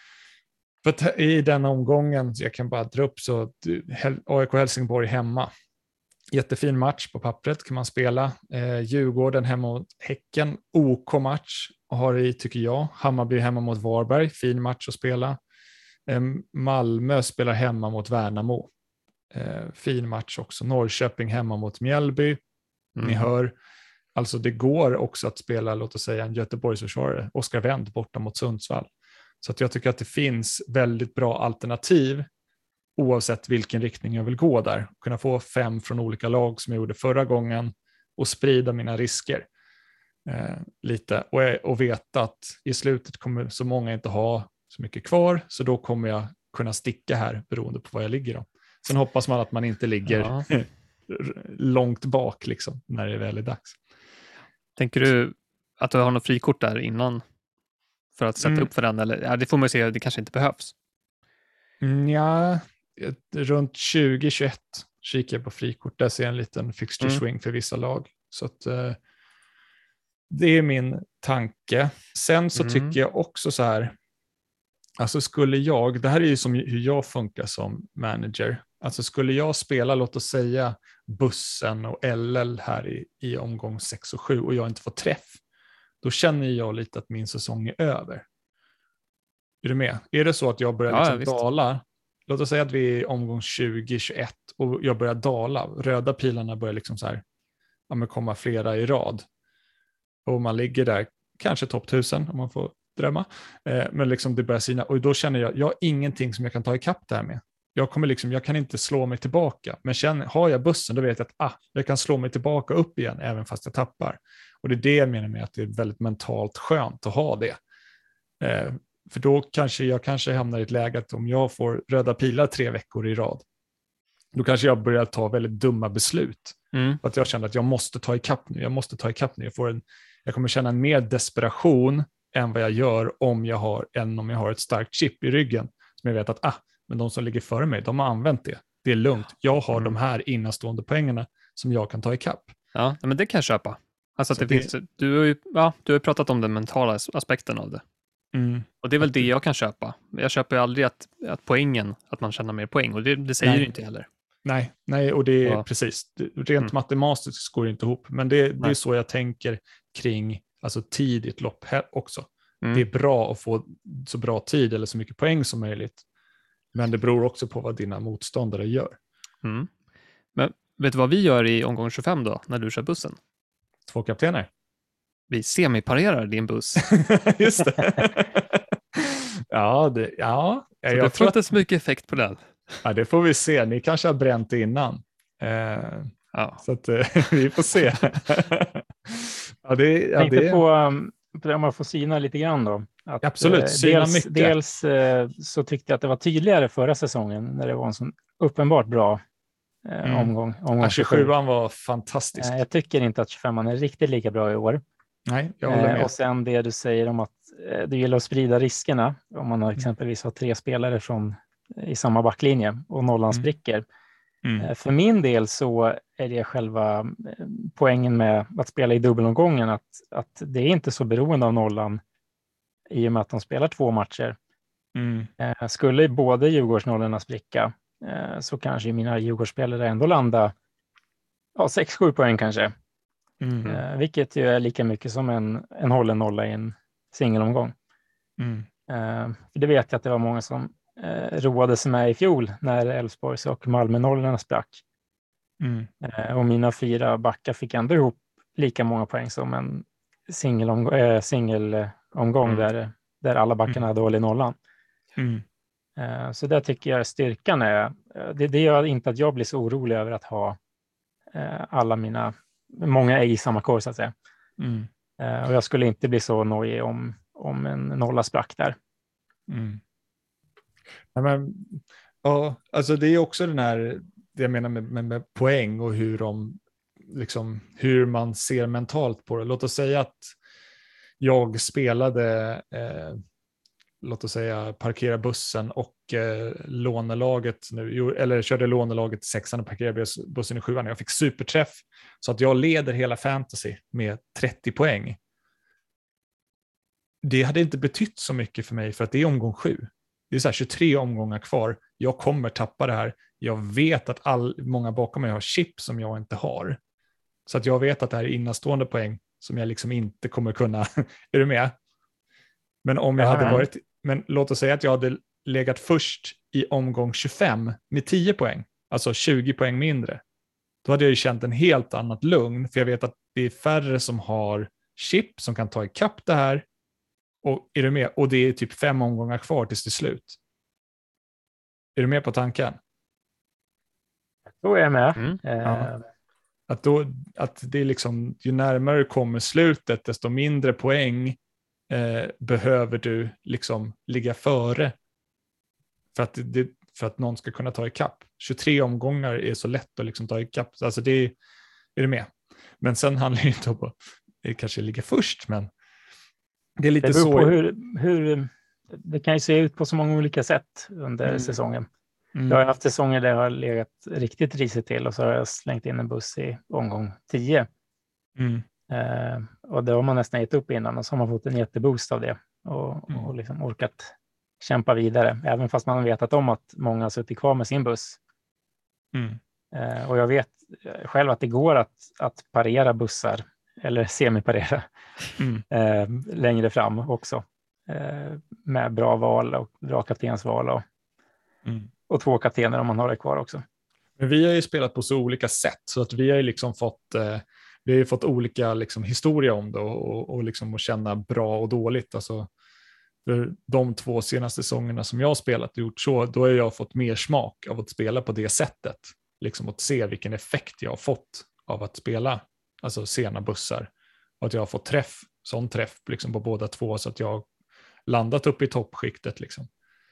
För att i den omgången, jag kan bara dra upp så A I K Helsingborg hemma. Jättefin match på pappret kan man spela. Eh, Djurgården hemma mot Häcken, OK-match har i, tycker jag. Hammarby hemma mot Varberg, fin match att spela. Eh, Malmö spelar hemma mot Värnamo. Eh, fin match också. Norrköping hemma mot Mjällby. Mm. Ni hör, alltså det går också att spela, låt oss säga en Göteborgsförsvarare, Oskar Wendt borta mot Sundsvall. Så att jag tycker att det finns väldigt bra alternativ oavsett vilken riktning jag vill gå där. Kunna få fem från olika lag som jag gjorde förra gången och sprida mina risker eh, lite. Och, och veta att i slutet kommer så många inte ha så mycket kvar, så då kommer jag kunna sticka här beroende på var jag ligger då. Sen hoppas man att man inte ligger ja. långt bak liksom, när det väl är dags. Tänker du att du har något frikort där innan för att sätta mm. upp för den? Eller, ja, det får man se, det kanske inte behövs. Mm, ja, runt tjugo tjugoett kikar jag på frikort. Där ser jag en liten fixture mm. swing för vissa lag. Så att, eh, det är min tanke. Sen så mm. tycker jag också så här, alltså skulle jag, det här är ju som hur jag funkar som manager. Alltså skulle jag spela, låt oss säga bussen och L L här i, i omgång sex och sju och jag inte får träff, då känner jag lite att min säsong är över. Är du med? Är det så att jag börjar liksom ja, dala, låt oss säga att vi är i omgång tjugo tjugoett och jag börjar dala, röda pilarna börjar liksom så här, ja, men komma flera i rad. Och man ligger där, kanske topp tusen om man får drömma. Eh, men liksom det börjar sina, och då känner jag, jag har ingenting som jag kan ta ikapp det här med. Jag kommer liksom, jag kan inte slå mig tillbaka. Men känner, har jag bussen, då vet jag att ah, jag kan slå mig tillbaka upp igen även fast jag tappar. Och det är det jag menar med att det är väldigt mentalt skönt att ha det. Eh, för då kanske jag kanske hamnar i ett läge att om jag får röda pilar tre veckor i rad, då kanske jag börjar ta väldigt dumma beslut. Mm. För att jag känner att jag måste ta ikapp nu. Jag måste ta ikapp nu. Jag, får en, jag kommer känna en mer desperation än vad jag gör om jag har, än om jag har ett starkt chip i ryggen. Som jag vet att ah, men de som ligger före mig, de har använt det. Det är lugnt. Jag har mm. de här innanstående poängerna som jag kan ta ikapp. Ja, men det kan jag köpa. Alltså att det det... Finns, du, har ju, ja, du har ju pratat om den mentala aspekten av det. Mm. Och det är väl det jag kan köpa. Jag köper ju aldrig att, att poängen, att man tjänar mer poäng. Och det, det säger ju inte heller. Nej, nej, och det är ja. precis. Rent mm. matematiskt går det inte ihop. Men det, det är så jag tänker kring alltså tid i ett lopp här också. Mm. Det är bra att få så bra tid eller så mycket poäng som möjligt. Men det beror också på vad dina motståndare gör. Mm. Men vet du vad vi gör i omgång tjugofem då, när du kör bussen? Två kaptener. Vi semiparerar din buss. Just det. ja, det, ja. Så jag det får inte så mycket effekt på den. Ja, det får vi se. Ni kanske har bränt innan. Eh, ja. Så att, eh, vi får se. ja, det, ja, tänkte det... på, um, om man får syna lite grann då. Att, Absolut, eh, syna dels, mycket. Dels eh, så tyckte jag att det var tydligare förra säsongen när det var en sån uppenbart bra eh, mm. omgång. omgång ja, tjugosjuan var fantastisk. Eh, jag tycker inte att tjugofemman är riktigt lika bra i år. Nej, jag håller med. Eh, och sen det du säger om att eh, det gäller att sprida riskerna. Om man har exempelvis har tre spelare från, i samma backlinje och nollan mm. spricker. Mm. Eh, för min del så är det själva eh, poängen med att spela i dubbelomgången att, att det är inte så beroende av nollan i och med att de spelar två matcher. Mm. Eh, skulle både Djurgårdsnollorna spricka eh, så kanske mina Djurgårdsspelare ändå landar ja, sex sju poäng kanske. Mm. Eh, vilket ju är lika mycket som en, en hållen nolla i en singelomgång. Mm. Eh, för det vet jag att det var många som eh, roade sig med i fjol när Elfsborgs och Malmö-nollorna sprack. Mm. Eh, och mina fyra backar fick ändå ihop lika många poäng som en singelomgång, äh, singelomgång Mm. där, där alla backarna Mm. hade hållit nollan. Mm. Eh, så där tycker jag styrkan är, det, det gör inte att jag blir så orolig över att ha eh, alla mina, många ägg i samma korg så att säga. Mm. Eh, och jag skulle inte bli så nojig om, om en nolla sprack där. Mm. Ja, men, ja, alltså det är också den här, det jag menar med, med, med poäng och hur de liksom, hur man ser mentalt på det. Låt oss säga att jag spelade eh, låt oss säga parkera bussen och eh, lånelaget nu, eller körde lånelaget i sexan och parkerade bussen i sjuan. Jag fick superträff så att jag leder hela fantasy med trettio poäng. Det hade inte betytt så mycket för mig för att det är omgång sju. Det är så här tjugotre omgångar kvar. Jag kommer tappa det här. Jag vet att all, många bakom mig har chip som jag inte har. Så att jag vet att det här är innanstående poäng som jag liksom inte kommer kunna. Är du med? Men om jag Ja, hade men. varit, men låt oss säga att jag hade legat först i omgång tjugofem med tio poäng, alltså tjugo poäng mindre. Då hade jag ju känt en helt annat lugn, för jag vet att det är färre som har chip som kan ta ikapp det här. Och är du med? Och det är typ fem omgångar kvar tills det är slut. Är du med på tanken? Då är jag med. Mm. Eh, Ja. Att, då, att det är liksom, ju närmare kommer slutet, desto mindre poäng eh, behöver du liksom ligga före. För att, det, för att någon ska kunna ta ikapp. tjugotre omgångar är så lätt att liksom ta ikapp. Alltså det är, är du med? Men sen handlar det inte om att det kanske ligga först, men det är lite det beror så. på hur, hur, det kan ju se ut på så många olika sätt under Mm. säsongen. Mm. Jag har haft säsonger där jag har legat riktigt risigt till och så har jag slängt in en buss i omgång tio. Mm. Eh, och det har man nästan gett upp innan och så har man fått en jätteboost av det och, Mm. och liksom orkat kämpa vidare. Även fast man har vetat om att många har suttit kvar med sin buss. Mm. Eh, och jag vet själv att det går att, att parera bussar eller semiparera Mm. eh, längre fram också. Eh, med bra val och bra kaptensval och, Mm. och två kaptener om man har det kvar också. Men vi har ju spelat på så olika sätt så att vi har ju liksom fått eh, vi har ju fått olika liksom historia om det och, och, och liksom att känna bra och dåligt. Alltså, för de två senaste säsongerna som jag har spelat och gjort så, då har jag fått mer smak av att spela på det sättet. Liksom att se vilken effekt jag har fått av att spela alltså sena bussar. Och att jag har fått träff, sån träff liksom på båda två så att jag har landat upp i toppskiktet. Liksom.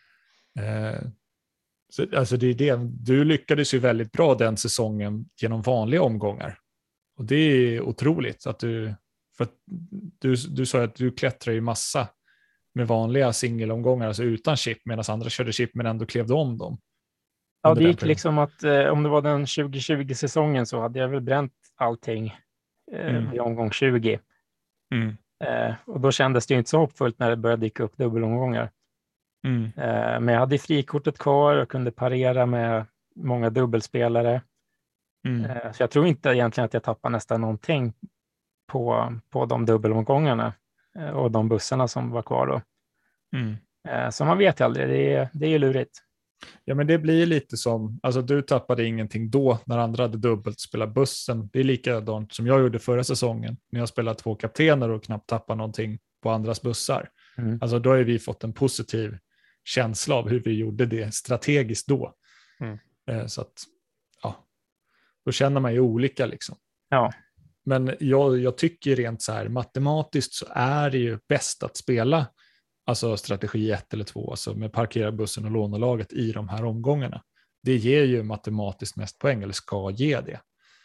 Eh, så, alltså det är det. Du lyckades ju väldigt bra den säsongen genom vanliga omgångar. Och det är otroligt att du, för att du, du sa att du klättrar ju massa med vanliga singelomgångar, alltså utan chip, medan andra körde chip men ändå klevde om dem. Ja, det gick liksom att eh, om det var den tjugo tjugo-säsongen så hade jag väl bränt allting eh, Mm. vid omgång tjugo. Mm. Eh, och då kändes det ju inte så hoppfullt när det började dyka upp dubbelomgångar. Mm. Eh, men jag hade frikortet kvar och kunde parera med många dubbelspelare. Mm. Eh, så jag tror inte egentligen att jag tappar nästan någonting på, på de dubbelomgångarna eh, och de bussarna som var kvar då. Mm. Eh, så man vet ju aldrig, det är, det är ju lurigt. Ja, men det blir lite som, alltså du tappade ingenting då när andra hade dubbelt spelat bussen. Det är likadant som jag gjorde förra säsongen när jag spelade två kaptener och knappt tappade någonting på andras bussar. Mm. Alltså då har vi fått en positiv känsla av hur vi gjorde det strategiskt då. Mm. Eh, så att, ja, då känner man ju olika liksom. Ja. Men jag, jag tycker rent så här matematiskt så är det ju bäst att spela alltså strategi ett eller två, alltså med parkera bussen och lånelaget i de här omgångarna. Det ger ju matematiskt mest poäng, eller ska ge det.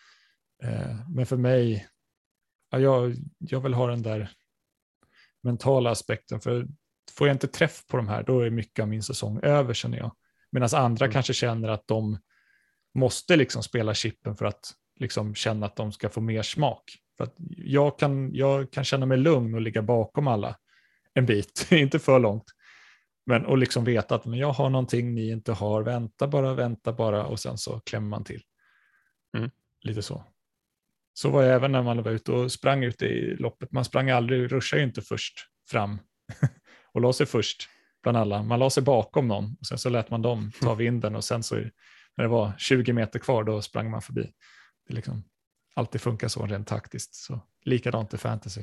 Eh, men för mig, ja, jag, jag vill ha den där mentala aspekten, för får jag inte träff på de här, då är mycket av min säsong över, känner jag. Medan andra mm. kanske känner att de måste liksom spela chippen för att liksom känna att de ska få mer smak. För att jag kan, jag kan känna mig lugn och ligga bakom alla en bit, inte för långt. Men, och liksom veta att men jag har någonting ni inte har, vänta bara, vänta bara och sen så klämmer man till. Mm. Lite så. Så var jag även när man var ute och sprang ute i loppet. Man sprang aldrig, ruschade ju inte först fram och la sig först bland alla. Man la sig bakom någon och sen så lät man dem ta vinden och sen så när det var tjugo meter kvar då sprang man förbi. Det liksom alltid funkar så rent taktiskt. Så likadant i fantasy.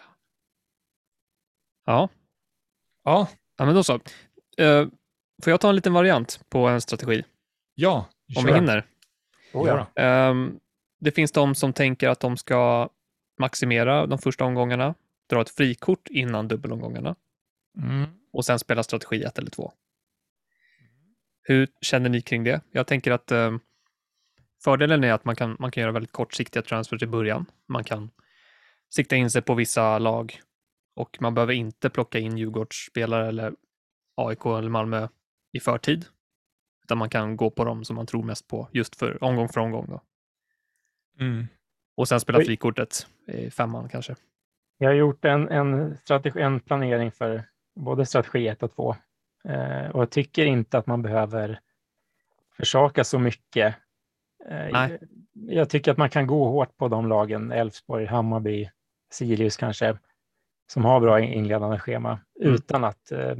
Ja. Ja. Ja, men då så. Uh, får jag ta en liten variant på en strategi? Ja. Om vi hinner. Oh, ja. Um, det finns de som tänker att de ska maximera de första omgångarna, dra ett frikort innan dubbelomgångarna mm. och sen spela strategi ett eller två. Hur känner ni kring det? Jag tänker att um, fördelen är att man kan, man kan göra väldigt kortsiktiga transfers i början. Man kan sikta in sig på vissa lag och man behöver inte plocka in Djurgårdsspelare eller A I K eller Malmö i förtid. Utan man kan gå på dem som man tror mest på just för omgång för omgång. Då. Mm. Och sen spela Oj. frikortet i femman kanske. Jag har gjort en, en, strategi, en planering för både strategi ett och två. Eh, och jag tycker inte att man behöver försaka så mycket. Eh, Nej. Jag tycker att man kan gå hårt på de lagen, Elfsborg, Hammarby, Sirius kanske, som har bra inledande schema Mm. utan att eh,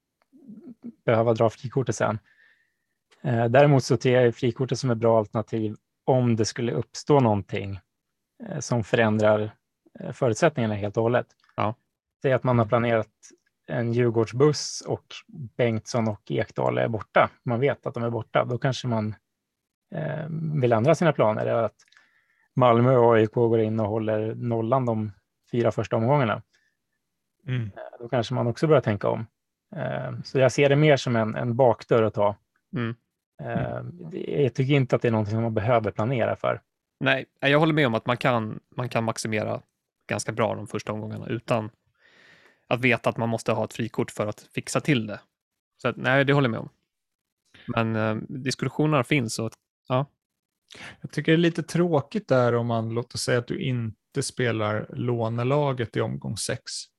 behöva dra frikortet sen. Eh, däremot så ser jag frikortet som ett bra alternativ om det skulle uppstå någonting eh, som förändrar eh, förutsättningarna helt och hållet. Ja. Säg att man har planerat en Djurgårdsbuss och Bengtsson och Ekdal är borta. Man vet att de är borta. Då kanske man eh, vill ändra sina planer. Eller att Malmö och A I K går in och håller nollan de fyra första omgångarna. Mm. Eh, då kanske man också börjar tänka om. Eh, så jag ser det mer som en, en bakdörr att ta. Mm. Eh, jag tycker inte att det är någonting som man behöver planera för. Nej, jag håller med om att man kan, man kan maximera ganska bra de första omgångarna utan att veta att man måste ha ett frikort för att fixa till det. Så att, nej, det håller jag med om. Men eh, diskussionerna finns och ja. Jag tycker det är lite tråkigt där om man låter säga att du inte spelar lånelaget i omgång sex.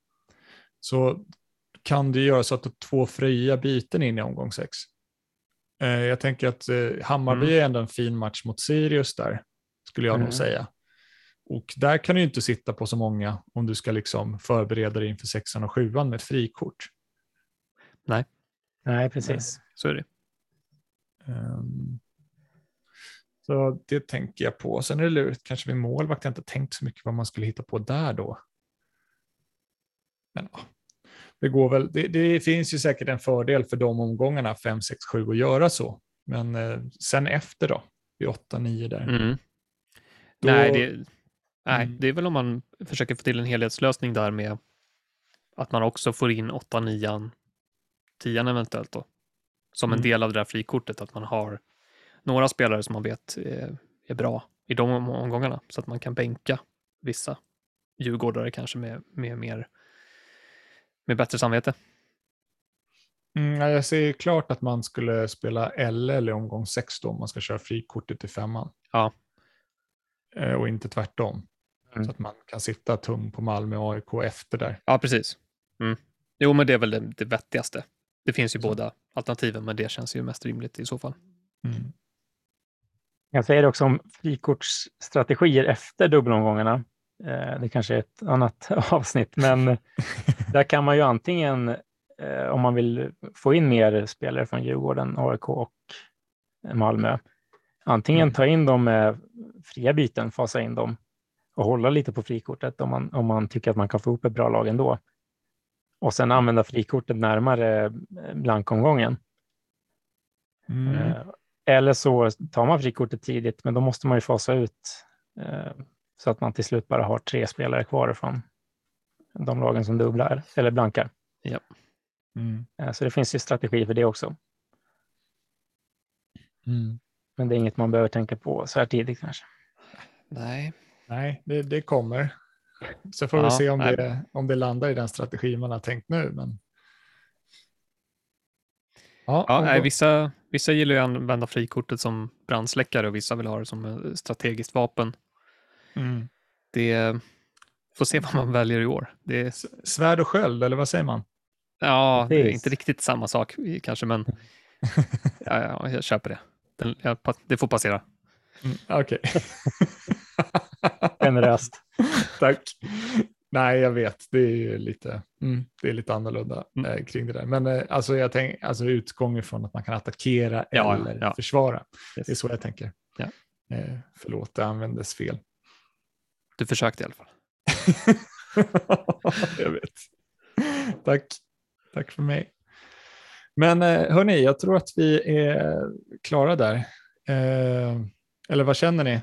Så kan du göra så att du har två fria byten in i omgång sex. Eh, jag tänker att eh, Hammarby Mm. är ändå en fin match mot Sirius där, skulle jag Mm. nog säga. Och där kan du inte sitta på så många om du ska liksom förbereda dig inför sexan och sjuan med ett frikort. Nej. Nej, precis. Så är det. Um, så det tänker jag på. Sen är det lurigt kanske vid målvakt. Jag har inte tänkt så mycket vad man skulle hitta på där då. Men ja, det går väl. Det, det finns ju säkert en fördel för de omgångarna fem, sex, sju att göra så. Men eh, sen efter då, vid åtta, nio där. Mm. Då, nej, det, nej Mm. det är väl om man försöker få till en helhetslösning där med att man också får in åtta, nian, tian eventuellt då. Som en Mm. del av det där frikortet, att man har några spelare som man vet är, är bra i de omgångarna så att man kan bänka vissa djurgårdare kanske med, med mer med bättre samvete. Mm, jag ser klart att man skulle spela L L i omgång sex då om man ska köra frikortet i femman. Ja. Eh, och inte tvärtom. Mm. Så att man kan sitta tung på Malmö och A I K efter där. Ja, precis. Mm. Jo, men det är väl det, det vettigaste. Det finns ju Så. båda alternativen, men det känns ju mest rimligt i så fall. Mm. Jag säger också om frikortsstrategier efter dubbelomgångarna. Eh, det kanske är ett annat avsnitt, men där kan man ju antingen, eh, om man vill få in mer spelare från Djurgården, A I K och Malmö, antingen Mm. ta in dem med fria byten, fasa in dem och hålla lite på frikortet om man, om man tycker att man kan få upp ett bra lag ändå. Och sen använda frikortet närmare blankomgången. Mm. Eh, Eller så tar man frikortet tidigt, men då måste man ju fasa ut eh, så att man till slut bara har tre spelare kvar från de lagen som dubblar eller blankar. Ja. Mm. Eh, så det finns ju strategi för det också. Mm. Men det är inget man behöver tänka på så här tidigt kanske. Nej. Nej, det, det kommer. Så får Ja, vi se om nej. det, om det landar i den strategi man har tänkt nu. Men... Ja, Ja, och nej, då- vissa, vissa gillar ju att använda frikortet som brandsläckare och vissa vill ha det som ett strategiskt vapen. Mm. Det får se vad man väljer i år. Det är, S- Svärd och sköld, eller vad säger man? Ja, det är Precis. inte riktigt samma sak kanske, men ja, ja, jag köper det. Den, jag, det får passera. Mm, Okej. Generöst. Tack. Nej, jag vet. Det är ju lite, mm, det är lite annorlunda Mm. eh, kring det där. Men eh, alltså, jag tänk, alltså utgång ifrån att man kan attackera Ja, eller ja. försvara. Yes. Det är så jag tänker. Ja. Eh, förlåt, det användes fel. Du försökte i alla fall. Jag vet. Tack. Tack för mig. Men eh, hörni, jag tror att vi är klara där. Eh, eller vad känner ni?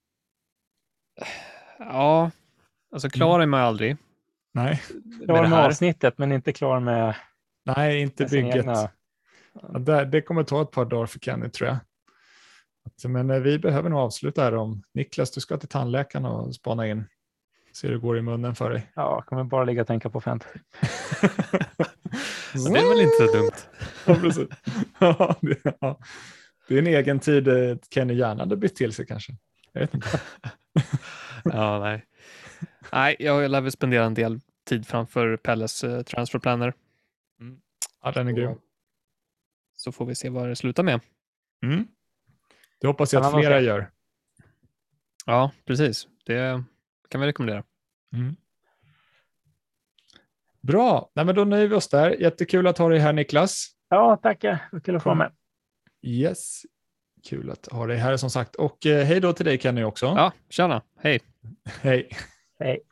Ja, alltså klar är man aldrig Nej, Klar med det med här. avsnittet, men inte klar med, Nej inte med sin bygget. egna. Ja, det, det kommer ta ett par dagar för Kenny tror jag. Att, men eh, vi behöver nog avsluta här om Niklas, du ska till tandläkaren och spana in. Se hur det går i munnen för dig. Ja, jag kommer bara ligga och tänka på fantasy. Så det är väl inte så dumt. Ja, precis. Ja, det, ja. Det är en egen tid eh, Kenny gärna hade bytt till sig kanske. Jag vet inte. Ja, nej. Nej, jag lär väl spendera en del tid framför Pelles uh, transfer planner. Ja, den är grym. Så får vi se vad det slutar med. Mm. Det hoppas jag att Spännande att flera se. gör. Ja, precis. Det kan vi rekommendera. Mm. Bra, nej, men då nöjer vi oss där. Jättekul att ha dig här Niklas. Ja, tackar. Vad kul att få vara med. Yes, kul att ha dig här som sagt. Och eh, hej då till dig Kenny också. Ja, tjena. Hej. Hej. Hej.